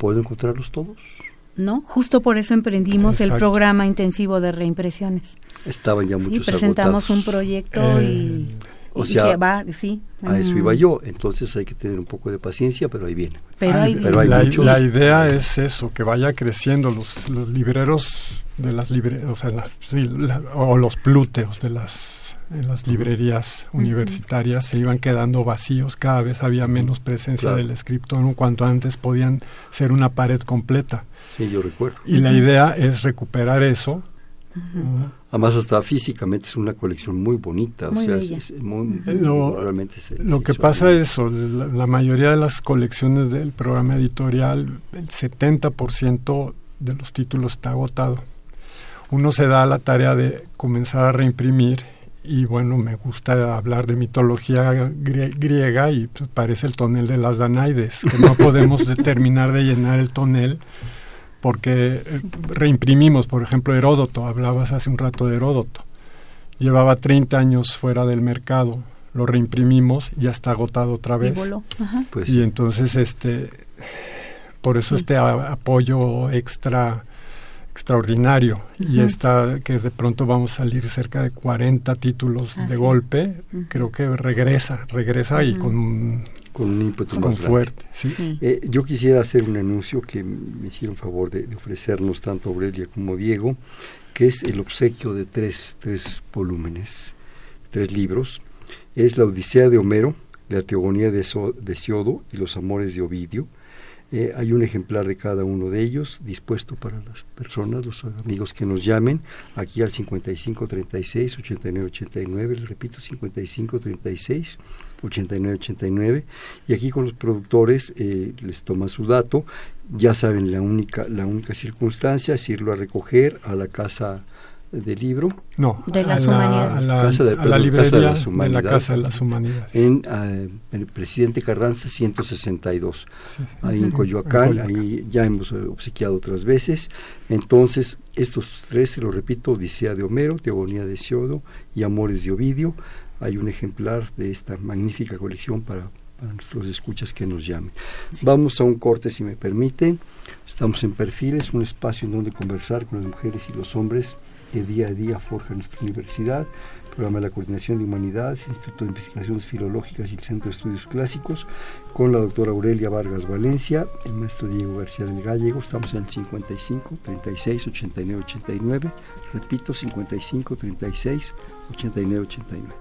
¿Puedo encontrarlos todos? No, justo por eso emprendimos Exacto. el programa intensivo de reimpresiones. Estaban ya muchos Sí, presentamos agotados. un proyecto Eh, y, o y sea, se va, sí. A eso Mm, iba yo, entonces hay que tener un poco de paciencia, pero ahí viene. Pero Ay, hay, pero hay la, muchos. la idea es eso, que vaya creciendo los, los libreros de las librerías, o, sea, la- sí, la- o los plúteos de las, en las librerías Ujú. universitarias se iban quedando vacíos, cada vez había menos presencia Claro. del escritorio, cuanto antes podían ser una pared completa. Sí, yo recuerdo. Y la idea es recuperar eso. Ujú. Además, hasta físicamente es una colección muy bonita, Muy o sea, bella. es, es muy, Lo- realmente se- Lo se que hizo pasa bien. es eso, la, la mayoría de las colecciones del programa editorial, el setenta por ciento de los títulos está agotado. Uno se da la tarea de comenzar a reimprimir y bueno, me gusta hablar de mitología grie- griega y pues, parece el tonel de las Danaides, que no podemos de- terminar de llenar el tonel porque eh, reimprimimos, por ejemplo, Heródoto, hablabas hace un rato de Heródoto, llevaba treinta años fuera del mercado, lo reimprimimos, ya está agotado otra y vez. voló. Ajá. Pues, Y entonces, este, por eso Sí. este a- apoyo extra extraordinario y Ujú. esta que de pronto vamos a salir cerca de cuarenta títulos Ah, de sí. golpe, Ujú. creo que regresa, regresa y Ujú. con, con un ímpetu con más grande. fuerte, sí. Sí. Eh, yo quisiera hacer un anuncio que me hicieron favor de, de ofrecernos tanto Aurelia como Diego, que es el obsequio de tres, tres volúmenes, tres libros. Es la Odisea de Homero, la Teogonía de, So- de Siodo y los Amores de Ovidio. Eh, hay un ejemplar de cada uno de ellos dispuesto para las personas, los amigos que nos llamen, aquí al cincuenta y cinco treinta y seis ochenta y nueve ochenta y nueve, les repito, cincuenta y cinco treinta y seis ochenta y nueve ochenta y nueve, y aquí con los productores eh, les toman su dato, ya saben la única, la única circunstancia es irlo a recoger a la casa del libro, No, De a las la, humanidades. a la, Casa de- a la perdón, librería Casa de las de la Humanidades. Casa de las Humanidades. en, eh, en el Presidente Carranza ciento sesenta y dos. Sí. Ahí en Ujú. Coyoacán, En Coyoacán. ahí ya hemos eh, obsequiado otras veces. Entonces, estos tres, se lo repito, Odisea de Homero, Teogonía de Siodo y Amores de Ovidio. Hay un ejemplar de esta magnífica colección para, para nuestros escuchas que nos llamen. Vamos a un corte, si me permiten. Estamos en Perfiles, un espacio en donde conversar con las mujeres y los hombres que día a día forja nuestra universidad. Programa de la Coordinación de Humanidades, Instituto de Investigaciones Filológicas y el Centro de Estudios Clásicos, con la doctora Aurelia Vargas Valencia, el maestro Diego García del Gallego. Estamos en el cincuenta y cinco treinta y seis ochenta y nueve ochenta y nueve, repito, cincuenta y cinco treinta y seis ochenta y nueve ochenta y nueve.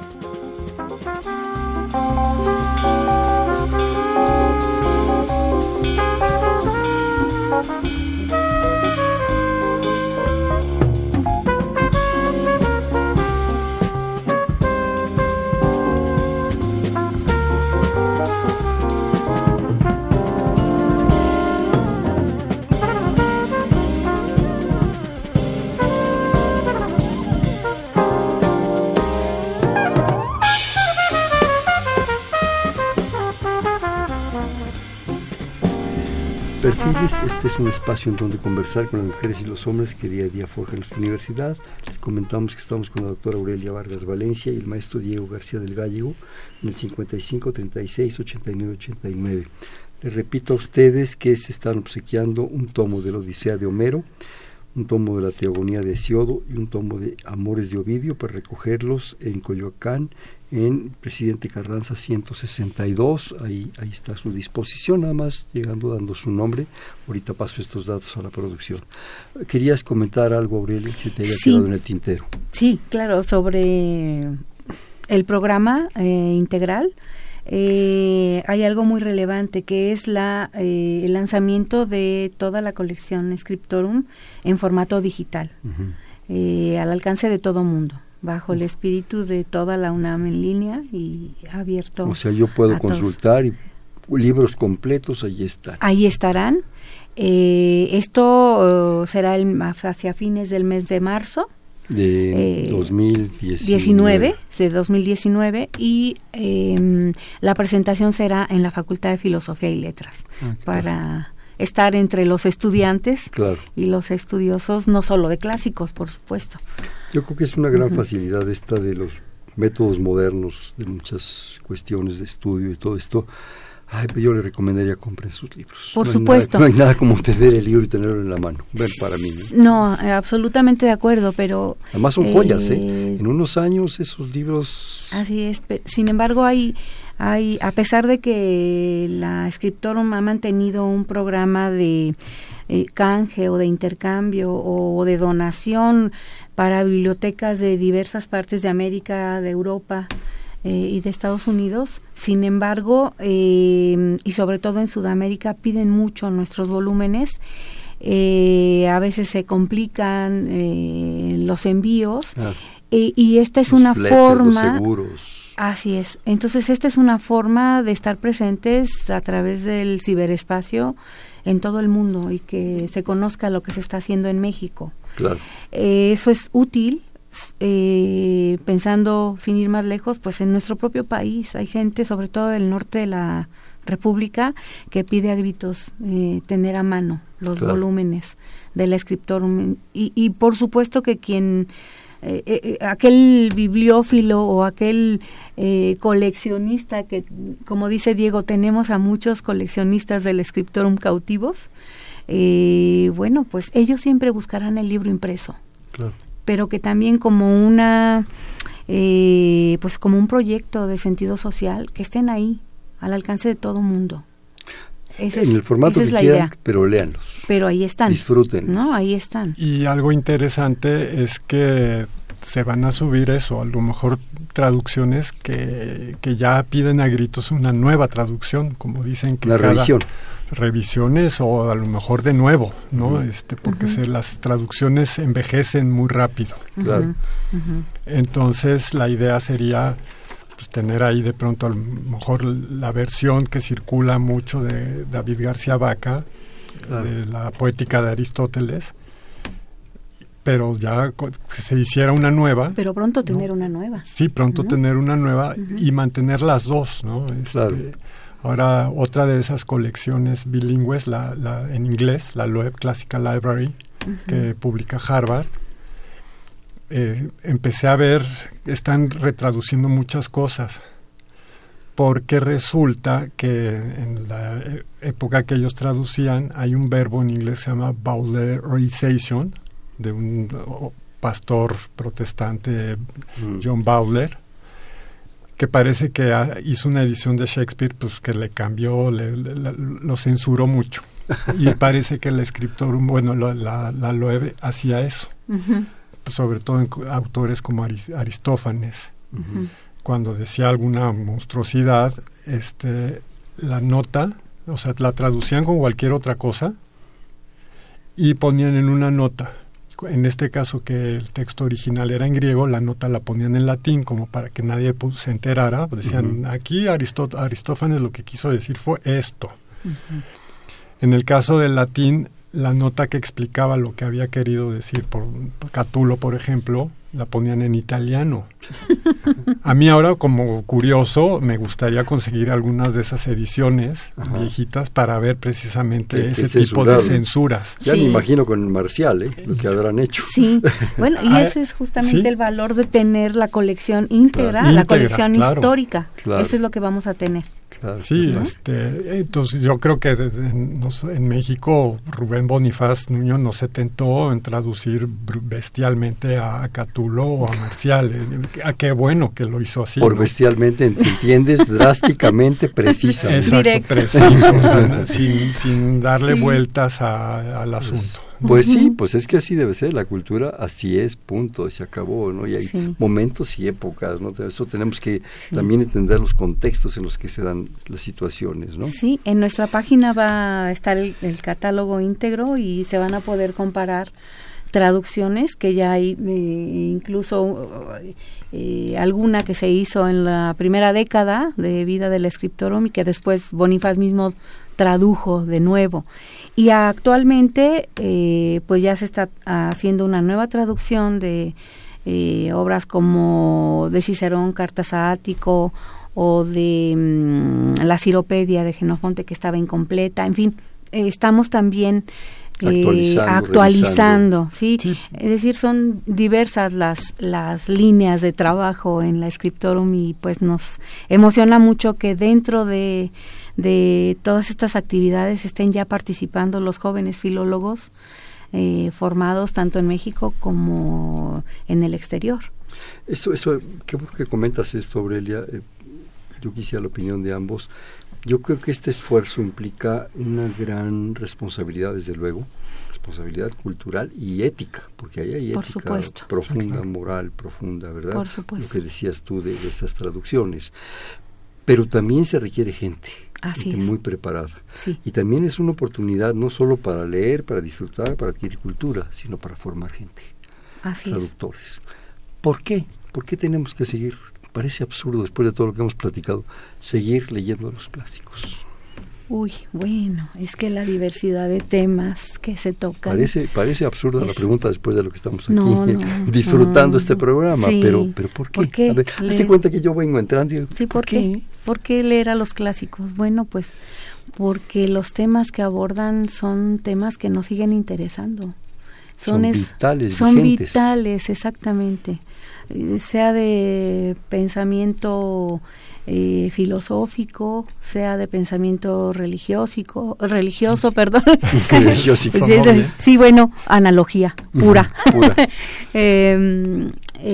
Perfiles, este es un espacio en donde conversar con las mujeres y los hombres que día a día forjan nuestra universidad. Les comentamos que estamos con la doctora Aurelia Vargas Valencia y el maestro Diego García del Gallego en el cincuenta y cinco treinta y seis ochenta y nueve ochenta y nueve. Les repito a ustedes que se están obsequiando un tomo de la Odisea de Homero, un tomo de la Teogonía de Hesiodo y un tomo de Amores de Ovidio para recogerlos en Coyoacán, en Presidente Carranza ciento sesenta y dos. Ahí, ahí está a su disposición, nada más llegando dando su nombre. Ahorita paso estos datos a la producción. ¿Querías comentar algo, Aurelia, que te haya Sí. quedado en el tintero? Sí, claro, sobre el programa eh, integral. Eh, hay algo muy relevante que es la eh, el lanzamiento de toda la colección Scriptorum en formato digital, Uh-huh. eh, al alcance de todo mundo, bajo el espíritu de toda la UNAM en línea y abierto. O sea, yo puedo a todos. consultar y libros completos, ahí están. Ahí estarán. Eh, esto uh, será el, hacia fines del mes de marzo. De Eh, dos mil diecinueve. diecinueve, de dos mil diecinueve, y eh, la presentación será en la Facultad de Filosofía y Letras, Ah, para estar entre los estudiantes Claro. y los estudiosos, no solo de clásicos, por supuesto. Yo creo que es una gran Ujú. facilidad esta de los métodos modernos, de muchas cuestiones de estudio y todo esto. Ay, pues yo le recomendaría compren sus libros. Por no supuesto. Hay nada, no hay nada como tener el libro y tenerlo en la mano. Ven, para mí. No, no absolutamente de acuerdo, pero... Además son joyas, ¿eh? ¿eh? En unos años esos libros... Así es. Sin embargo, hay, hay a pesar de que la Scriptorum ha mantenido un programa de eh, canje o de intercambio o de donación para bibliotecas de diversas partes de América, de Europa... Eh, y de Estados Unidos, sin embargo, eh, y sobre todo en Sudamérica, piden mucho nuestros volúmenes, eh, a veces se complican eh, los envíos, ah, eh, y esta es una fletes, forma... Los seguros. Así es, entonces esta es una forma de estar presentes a través del ciberespacio en todo el mundo y que se conozca lo que se está haciendo en México. Claro. Eh, eso es útil. Eh, pensando sin ir más lejos, pues en nuestro propio país hay gente, sobre todo del norte de la República, que pide a gritos eh, tener a mano los claro. volúmenes de la Scriptorum y, y por supuesto que quien eh, eh, aquel bibliófilo o aquel eh, coleccionista que, como dice Diego, tenemos a muchos coleccionistas del Scriptorum cautivos, eh, bueno, pues ellos siempre buscarán el libro impreso. Claro. Pero que también como una eh, pues como un proyecto de sentido social, que estén ahí al alcance de todo mundo. Esa en es, el formato esa que es la quieran, idea. Pero léanlos. Pero ahí están. Disfruten. ¿No? Ahí están. Y algo interesante es que se van a subir eso, a lo mejor traducciones que, que ya piden a gritos una nueva traducción, como dicen que la cada revisión. revisiones o a lo mejor de nuevo, ¿no? Uh-huh. Este, porque uh-huh. se, las traducciones envejecen muy rápido. Claro. Uh-huh. Entonces la idea sería pues tener ahí de pronto a lo mejor la versión que circula mucho de David García Vaca, claro. de la Poética de Aristóteles, pero ya que se hiciera una nueva. Pero pronto tener ¿no? una nueva. Sí, pronto uh-huh. tener una nueva uh-huh. y mantener las dos, ¿no? Este, claro. Ahora, otra de esas colecciones bilingües, la, la en inglés, la Loeb Classical Library, uh-huh. que publica Harvard, eh, empecé a ver, están retraduciendo muchas cosas, porque resulta que en la época que ellos traducían, hay un verbo en inglés que se llama Bowlerization, de un pastor protestante, uh-huh. John Bowler, que parece que hizo una edición de Shakespeare pues que le cambió, le, le, le, lo censuró mucho. Y parece que el Scriptorum, bueno, lo, la, la Loeb hacía eso. Uh-huh. Pues sobre todo en autores como Aristófanes. Uh-huh. Cuando decía alguna monstruosidad, este, la nota, o sea, la traducían con cualquier otra cosa y ponían en una nota. En este caso que el texto original era en griego, la nota la ponían en latín como para que nadie pues, se enterara. Decían, uh-huh. aquí Aristó- Aristófanes lo que quiso decir fue esto. Uh-huh. En el caso del latín, la nota que explicaba lo que había querido decir, por Catulo, por ejemplo, la ponían en italiano. A mí ahora, como curioso, me gustaría conseguir algunas de esas ediciones Ajá. viejitas para ver precisamente que, ese que tipo de censuras. Ya sí. me imagino con el Marcial, ¿eh? Lo que habrán hecho. Sí, bueno, y ese es justamente ¿sí? el valor de tener la colección íntegra, claro. la íntegra, colección claro. histórica. Claro. Eso es lo que vamos a tener. Claro. Sí, ¿no? este, entonces yo creo que de, de, no sé, en México Rubén Bonifaz Nuño no se tentó en traducir bestialmente a, a Catulo o a Marcial. A qué bueno que lo hizo así. Por ¿no? bestialmente, ¿entiendes? Drásticamente preciso. Exacto, Directo. preciso, o sea, sin, sin darle sí. vueltas a, al asunto. Pues uh-huh. sí, pues es que así debe ser, la cultura así es, punto, se acabó, ¿no? Y hay sí. momentos y épocas, ¿no? Eso tenemos que sí. también entender los contextos en los que se dan las situaciones, ¿no? Sí, en nuestra página va a estar el, el catálogo íntegro y se van a poder comparar traducciones que ya hay, eh, incluso eh, alguna que se hizo en la primera década de vida del Scriptorum y que después Bonifaz mismo tradujo de nuevo. Y actualmente eh, pues ya se está haciendo una nueva traducción de eh, obras como de Cicerón, Cartas a Ático, o de mmm, la Ciropedia de Genofonte, que estaba incompleta. En fin, eh, estamos también actualizando, eh, actualizando ¿sí? sí. Es decir, son diversas las las líneas de trabajo en la Scriptorum y pues nos emociona mucho que dentro de, de todas estas actividades estén ya participando los jóvenes filólogos eh, formados tanto en México como en el exterior. Eso, eso, qué bueno que comentas esto, Aurelia. Eh, yo quisiera la opinión de ambos. Yo creo que este esfuerzo implica una gran responsabilidad, desde luego, responsabilidad cultural y ética, porque ahí hay Por ética supuesto. profunda, Sí, claro. moral profunda, ¿verdad? Por supuesto. Lo que decías tú de, de esas traducciones. Pero también se requiere gente, Así gente es. muy preparada. Sí. Y también es una oportunidad no solo para leer, para disfrutar, para adquirir cultura, sino para formar gente, Así es. traductores. ¿Por qué? ¿Por qué tenemos que seguir? Parece absurdo, después de todo lo que hemos platicado, seguir leyendo los clásicos. Uy, bueno, es que la diversidad de temas que se tocan. Parece parece absurda es... la pregunta después de lo que estamos aquí no, no, disfrutando no. este programa, Sí. pero pero ¿por qué? ¿Por qué? A ver, Le... hazte cuenta que yo vengo entrando y digo, Sí, ¿por, ¿por qué? qué? ¿Por qué leer a los clásicos? Bueno, pues porque los temas que abordan son temas que nos siguen interesando. Son, son es, vitales, son vigentes. vitales, exactamente. Sea de pensamiento eh, filosófico, sea de pensamiento religioso, religioso, perdón. Religioso, sí, sí, sí, bueno, analogía pura. Uh-huh, pura. eh,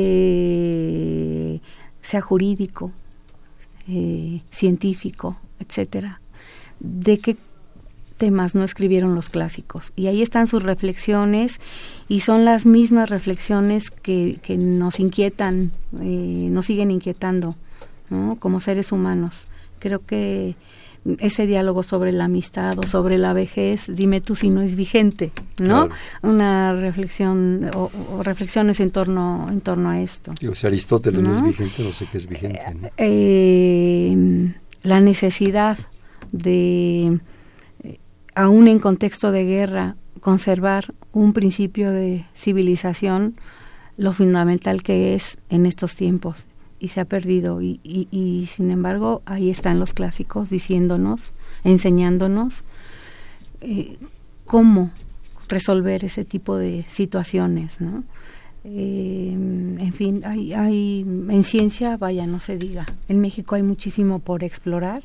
eh, sea jurídico, eh, científico, etcétera. ¿De qué temas no escribieron los clásicos? Y ahí están sus reflexiones y son las mismas reflexiones que, que nos inquietan, eh, nos siguen inquietando, ¿no? Como seres humanos. Creo que ese diálogo sobre la amistad o sobre la vejez, dime tú si no es vigente, ¿no? Claro. Una reflexión o, o reflexiones en torno en torno a esto. Digo, si Aristóteles no, ¿no? es vigente, no sé qué es vigente, ¿no? Eh, la necesidad de, aún en contexto de guerra, conservar un principio de civilización, lo fundamental que es en estos tiempos, y se ha perdido, y, y, y sin embargo ahí están los clásicos diciéndonos, enseñándonos eh, cómo resolver ese tipo de situaciones, ¿no? Eh, en fin, hay, hay en ciencia, vaya, no se diga, en México hay muchísimo por explorar,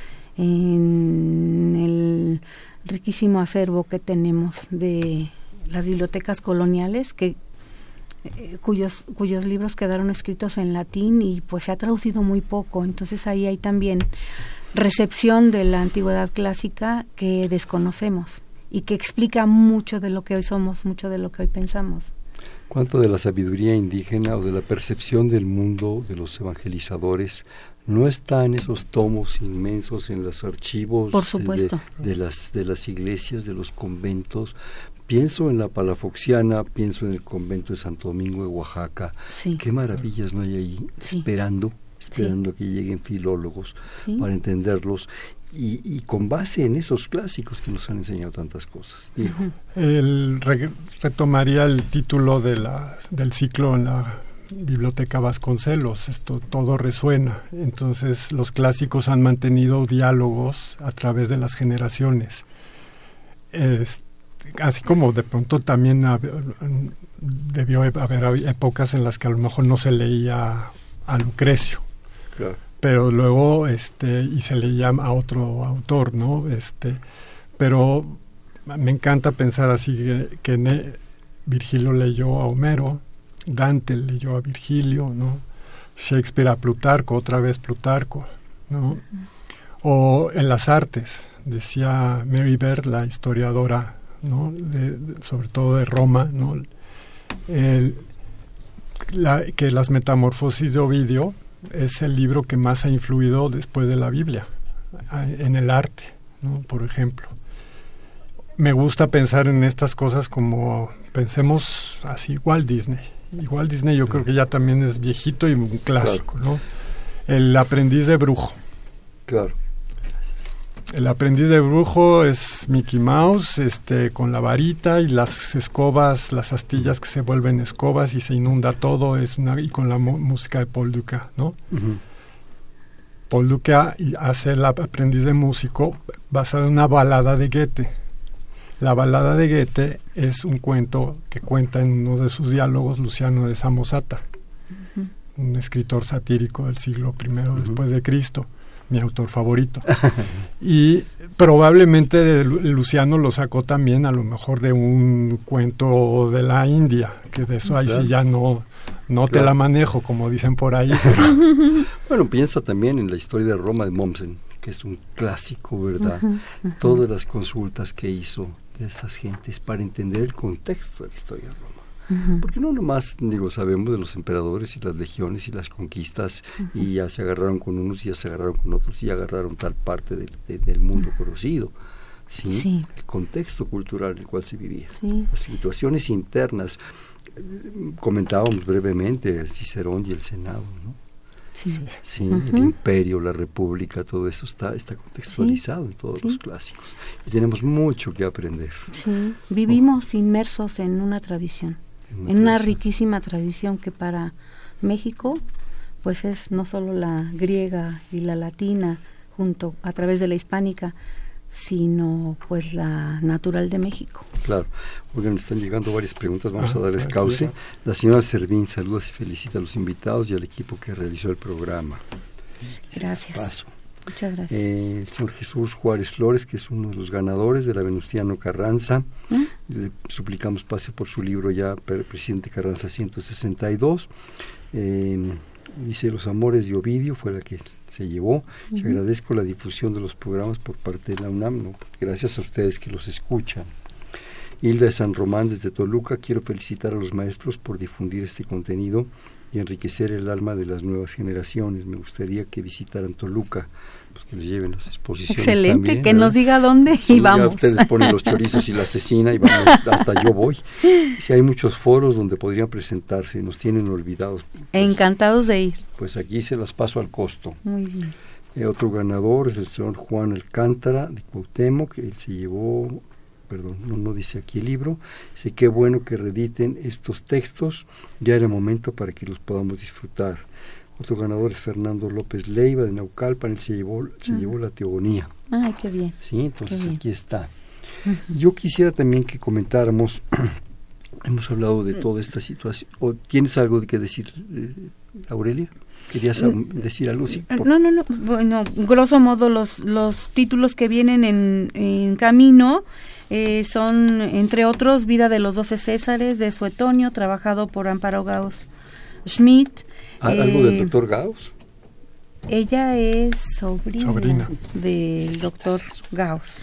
en el riquísimo acervo que tenemos de las bibliotecas coloniales, que eh, cuyos cuyos libros quedaron escritos en latín y pues se ha traducido muy poco. Entonces ahí hay también recepción de la antigüedad clásica que desconocemos y que explica mucho de lo que hoy somos, mucho de lo que hoy pensamos. ¿Cuánto de la sabiduría indígena o de la percepción del mundo de los evangelizadores no está en esos tomos inmensos, en los archivos Por supuesto. De, de, las, de las iglesias, de los conventos? Pienso en la Palafoxiana, pienso en el convento de Santo Domingo de Oaxaca. Sí. Qué maravillas no hay ahí, Sí. esperando, esperando Sí. a que lleguen filólogos Sí. para entenderlos. Y, y con base en esos clásicos que nos han enseñado tantas cosas. Diego. Uh-huh. El re, retomaría el título de la, del ciclo en la Biblioteca Vasconcelos. Esto todo resuena. Entonces los clásicos han mantenido diálogos a través de las generaciones. Es, así como de pronto también hab, debió haber épocas en las que a lo mejor no se leía a Lucrecio. Claro. Pero luego este y se le llama a otro autor, ¿no? Este, pero me encanta pensar así que, que ne, Virgilio leyó a Homero, Dante leyó a Virgilio, ¿no? Shakespeare a Plutarco, otra vez Plutarco, ¿no? O en las artes, decía Mary Beard, la historiadora, ¿no? De, de, sobre todo de Roma, ¿no? El, la, que las Metamorfosis de Ovidio es el libro que más ha influido después de la Biblia en el arte, ¿no? Por ejemplo. Me gusta pensar en estas cosas como pensemos así, Walt Disney. Y Walt Disney yo creo que ya también es viejito y un clásico, claro. ¿No? El aprendiz de brujo. Claro. El aprendiz de brujo es Mickey Mouse, este, con la varita y las escobas, las astillas que se vuelven escobas y se inunda todo, es una, y con la mu- música de Paul Dukas, ¿no? Uh-huh. Paul Dukas hace el aprendiz de músico basado en una balada de Goethe. La balada de Goethe es un cuento que cuenta en uno de sus diálogos Luciano de Samosata, uh-huh. un escritor satírico del siglo primero uh-huh. después de Cristo, mi autor favorito. Y probablemente de Luciano lo sacó también a lo mejor de un cuento de la India, que de eso ahí claro. sí ya no, no claro. te la manejo, como dicen por ahí. Pero... Bueno, piensa también en la historia de Roma de Mommsen, que es un clásico, ¿verdad? Uh-huh, uh-huh. Todas las consultas que hizo de esas gentes para entender el contexto de la historia de Roma. Uh-huh. Porque no nomás, digo, sabemos de los emperadores y las legiones y las conquistas, uh-huh. y ya se agarraron con unos y ya se agarraron con otros y ya agarraron tal parte de, de, del mundo uh-huh. conocido. ¿Sí? Sí. El contexto cultural en el cual se vivía. Sí. Las situaciones internas. Comentábamos brevemente Cicerón y el Senado, ¿no? Sí, sí uh-huh. el imperio, la república, todo eso está, está contextualizado sí. en todos sí. los clásicos. Y tenemos mucho que aprender. Sí, vivimos oh. inmersos en una tradición, en una, en una riquísima tradición que para México pues es no solo la griega y la latina junto a través de la hispánica, sino pues la natural de México. Claro, porque nos están llegando varias preguntas, vamos ah, a darles cauce. Sí. La señora Servín saluda y felicita a los invitados y al equipo que realizó el programa. Gracias. Paso. Muchas gracias. Eh, el señor Jesús Juárez Flores, que es uno de los ganadores de la Venustiano Carranza, ¿Eh? le suplicamos pase por su libro ya, Presidente Carranza ciento sesenta y dos. Eh, dice Los Amores de Ovidio, fue la que se llevó. Uh-huh. Y agradezco la difusión de los programas por parte de la UNAM, ¿no? Gracias a ustedes que los escuchan. Hilda de San Román desde Toluca, quiero felicitar a los maestros por difundir este contenido y enriquecer el alma de las nuevas generaciones. Me gustaría que visitaran Toluca, pues que les lleven las exposiciones. Excelente, también, que ¿verdad? Nos diga dónde sí, y vamos. Ustedes ponen los chorizos y la cecina y vamos, hasta yo voy. Si hay muchos foros donde podrían presentarse, nos tienen olvidados. Pues, encantados de ir. Pues aquí se las paso al costo. Muy bien. Eh, otro ganador es el señor Juan Alcántara de Cuauhtémoc, que él se llevó... perdón, no, no dice aquí el libro, dice qué bueno que reediten estos textos, ya era momento para que los podamos disfrutar. Otro ganador es Fernando López Leiva de Naucalpan, él se llevó, se uh-huh. llevó la Teogonía. Ay, qué bien. Sí, entonces aquí está. Uh-huh. Yo quisiera también que comentáramos, hemos hablado de toda esta situación, ¿o tienes algo de que decir, eh, Aurelia? ¿Querías um, decir algo? Sí, por... No, no, no, bueno, grosso modo los, los títulos que vienen en, en camino eh, son, entre otros, Vida de los Doce Césares, de Suetonio, trabajado por Amparo Gauss Schmidt. ¿Ah, eh, ¿Algo del doctor Gauss? Ella es sobrina, sobrina. del doctor Gauss.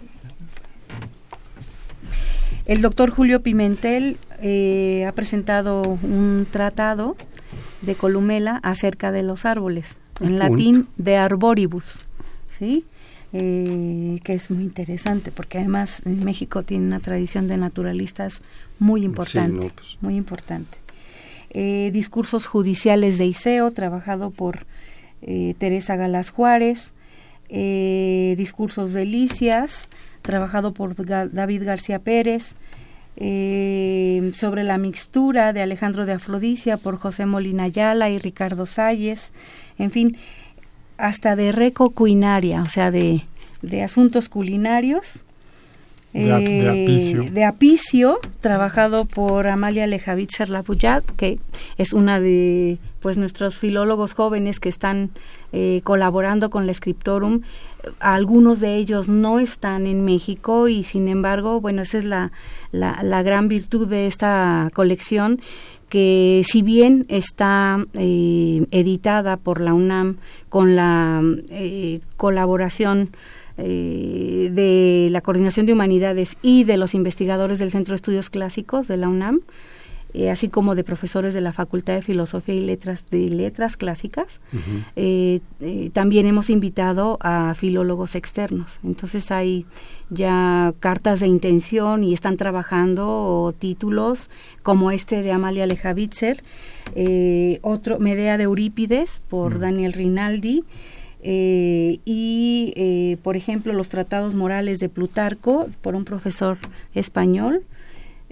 El doctor Julio Pimentel eh, ha presentado un tratado de Columela acerca de los árboles, en latín de arboribus, ¿sí? Eh, que es muy interesante porque además en México tiene una tradición de naturalistas muy importante, sí, no, pues. muy importante. Eh, discursos judiciales de Iseo, trabajado por eh, Teresa Galás Juárez. Eh, discursos de Licias, trabajado por Ga- David García Pérez. Eh, sobre la mixtura de Alejandro de Afrodisia por José Molina Ayala y Ricardo Salles, en fin, hasta de reco culinaria, o sea, de, de asuntos culinarios, de, eh, de, apicio. de apicio, trabajado por Amalia Lejavitcher Lapuyat, que es una de pues nuestros filólogos jóvenes que están eh, colaborando con la Scriptorum. Algunos de ellos no están en México y sin embargo, bueno, esa es la, la, la gran virtud de esta colección, que si bien está eh, editada por la UNAM con la eh, colaboración eh, de la Coordinación de Humanidades y de los investigadores del Centro de Estudios Clásicos de la UNAM, Eh, así como de profesores de la Facultad de Filosofía y Letras de Letras Clásicas, uh-huh. eh, eh, también hemos invitado a filólogos externos. Entonces hay ya cartas de intención y están trabajando o títulos como este de Amalia Lejavitcher, eh, otro Medea de Eurípides por uh-huh. Daniel Rinaldi, eh, y eh, por ejemplo los tratados morales de Plutarco por un profesor español,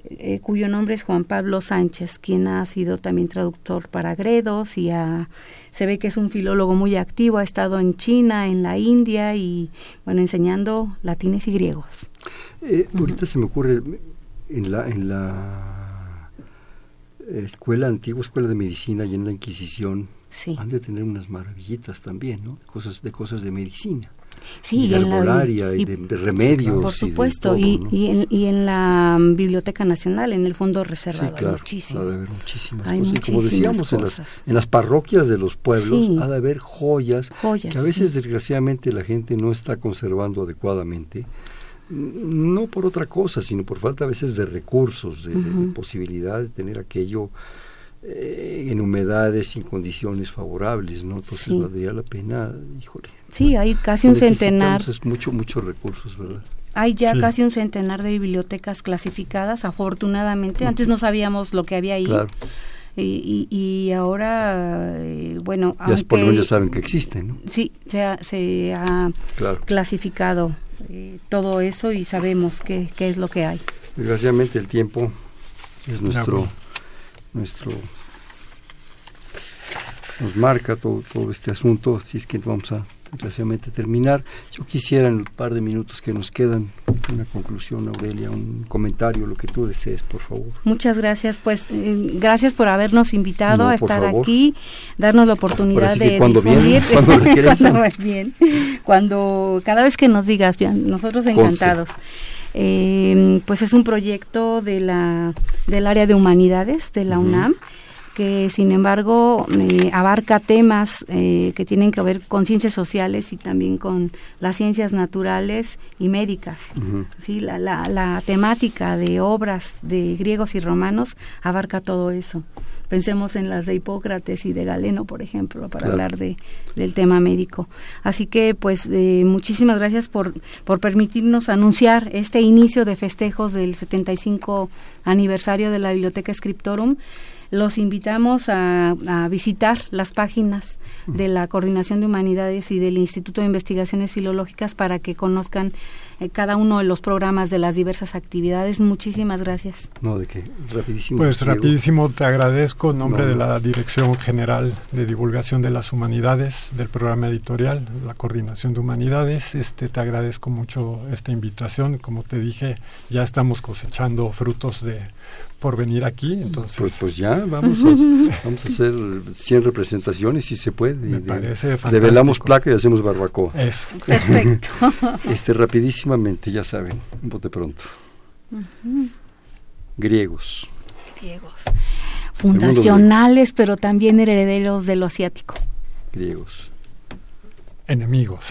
eh, cuyo nombre es Juan Pablo Sánchez, quien ha sido también traductor para Gredos y ha, se ve que es un filólogo muy activo, ha estado en China, en la India y, bueno, enseñando latines y griegos. Eh, uh-huh. Ahorita se me ocurre, en la, en la escuela, antigua escuela de medicina y en la Inquisición, sí, han de tener unas maravillitas también, ¿no? Cosas, de cosas de medicina. Sí, y de herbolaria y, y de, de remedios. Por supuesto, y, y, todo, ¿no? y, en, y en la Biblioteca Nacional, en el fondo reservado, sí, claro, hay muchísimo. Ha de haber muchísimas hay cosas. Muchísimas y como decíamos, en las, en las parroquias de los pueblos, sí, ha de haber joyas, joyas que a veces, sí, desgraciadamente la gente no está conservando adecuadamente, no por otra cosa, sino por falta a veces de recursos, de, uh-huh, de, de posibilidad de tener aquello eh, en humedades y en condiciones favorables, ¿no? Entonces sí, valdría la pena, híjole. Sí, hay casi un centenar. Es mucho, muchos recursos, ¿verdad? Hay ya, sí, casi un centenar de bibliotecas clasificadas, afortunadamente. Antes no sabíamos lo que había ahí. Claro. Y, y, y ahora, eh, bueno... Ya aunque, por lo menos ya saben que existen, ¿no? Sí, se ha, se ha claro, clasificado eh, todo eso y sabemos qué, qué es lo que hay. Desgraciadamente el tiempo es nuestro... nuestro nos marca todo, todo este asunto, así es que vamos a desgraciadamente terminar. Yo quisiera en el par de minutos que nos quedan una conclusión, Aurelia, un comentario, lo que tú desees, por favor. Muchas gracias, pues eh, gracias por habernos invitado no, a estar favor. aquí, darnos la oportunidad de cuando difundir. Viene, cuando cuando bien, cuando cada vez que nos digas, ya, nosotros encantados. Eh, pues es un proyecto de la del área de humanidades de la uh-huh. UNAM, que sin embargo eh, abarca temas eh, que tienen que ver con ciencias sociales y también con las ciencias naturales y médicas. Uh-huh. Sí, la, la, la temática de obras de griegos y romanos abarca todo eso. Pensemos en las de Hipócrates y de Galeno, por ejemplo, para claro. hablar de del tema médico. Así que, pues, eh, muchísimas gracias por por permitirnos anunciar este inicio de festejos del setenta y cinco aniversario de la Biblioteca Scriptorum. Los invitamos a, a visitar las páginas de la Coordinación de Humanidades y del Instituto de Investigaciones Filológicas para que conozcan eh, cada uno de los programas de las diversas actividades. Muchísimas gracias. No, de qué, rapidísimo. Pues Diego. Rapidísimo, te agradezco en nombre no, de la Dirección General de Divulgación de las Humanidades del programa editorial, la Coordinación de Humanidades. Este, te agradezco mucho esta invitación. Como te dije, ya estamos cosechando frutos de por venir aquí, entonces... Pues, pues ya, vamos a, vamos a hacer cien representaciones si se puede. Me de, parece fantástico. Develamos placa y hacemos barbacoa. Eso. Perfecto. este, rapidísimamente, ya saben, un bote pronto. Uh-huh. Griegos. Griegos. Fundacionales, pero también herederos de lo asiático. Griegos. Enemigos.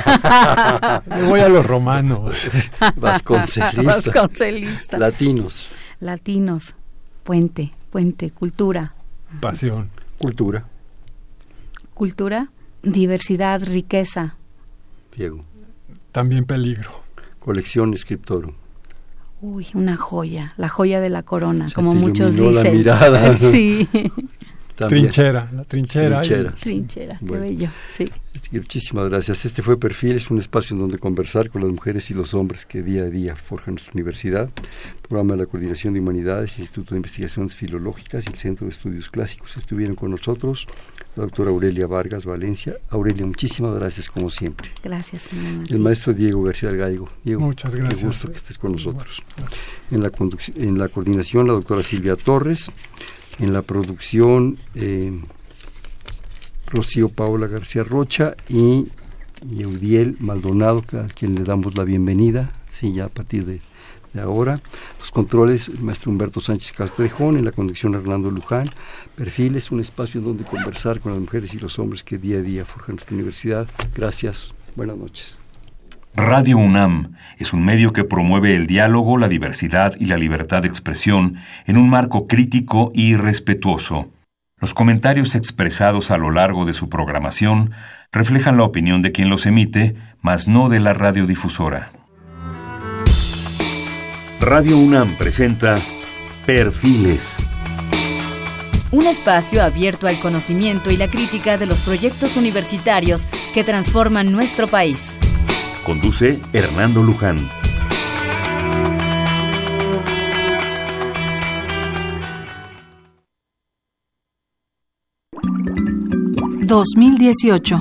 Me voy a los romanos. Vasconcelistas. Vasconcelistas. Latinos. Latinos, puente, puente, cultura. Pasión. Cultura. Cultura, diversidad, riqueza. Diego. También peligro. Colección Scriptorum. Uy, una joya, la joya de la corona, Se como muchos dicen. La mirada. Sí. También. Trinchera, la trinchera. Trinchera, y... trinchera bueno. Qué bello, sí. Muchísimas gracias. Este fue Perfil, es un espacio en donde conversar con las mujeres y los hombres que día a día forjan nuestra universidad. Programa de la Coordinación de Humanidades, el Instituto de Investigaciones Filológicas y el Centro de Estudios Clásicos. Estuvieron con nosotros la doctora Aurelia Vargas Valencia. Aurelia, muchísimas gracias como siempre. Gracias, señor. El maestro Diego García del Gallego. Diego, muchas gracias. Qué gusto que estés con nosotros. En la, conduc- en la coordinación, la doctora Silvia Torres. En la producción, eh, Rocío Paola García Rocha y, y Eudiel Maldonado, a quien le damos la bienvenida, sí, ya a partir de, de ahora. Los controles, el maestro Humberto Sánchez Castrejón, en la conducción Hernando Luján. Perfiles, un espacio en donde conversar con las mujeres y los hombres que día a día forjan nuestra universidad. Gracias, buenas noches. Radio UNAM es un medio que promueve el diálogo, la diversidad y la libertad de expresión en un marco crítico y respetuoso. Los comentarios expresados a lo largo de su programación reflejan la opinión de quien los emite, mas no de la radiodifusora. Radio UNAM presenta Perfiles. Un espacio abierto al conocimiento y la crítica de los proyectos universitarios que transforman nuestro país. Conduce Hernando Luján. dos mil dieciocho.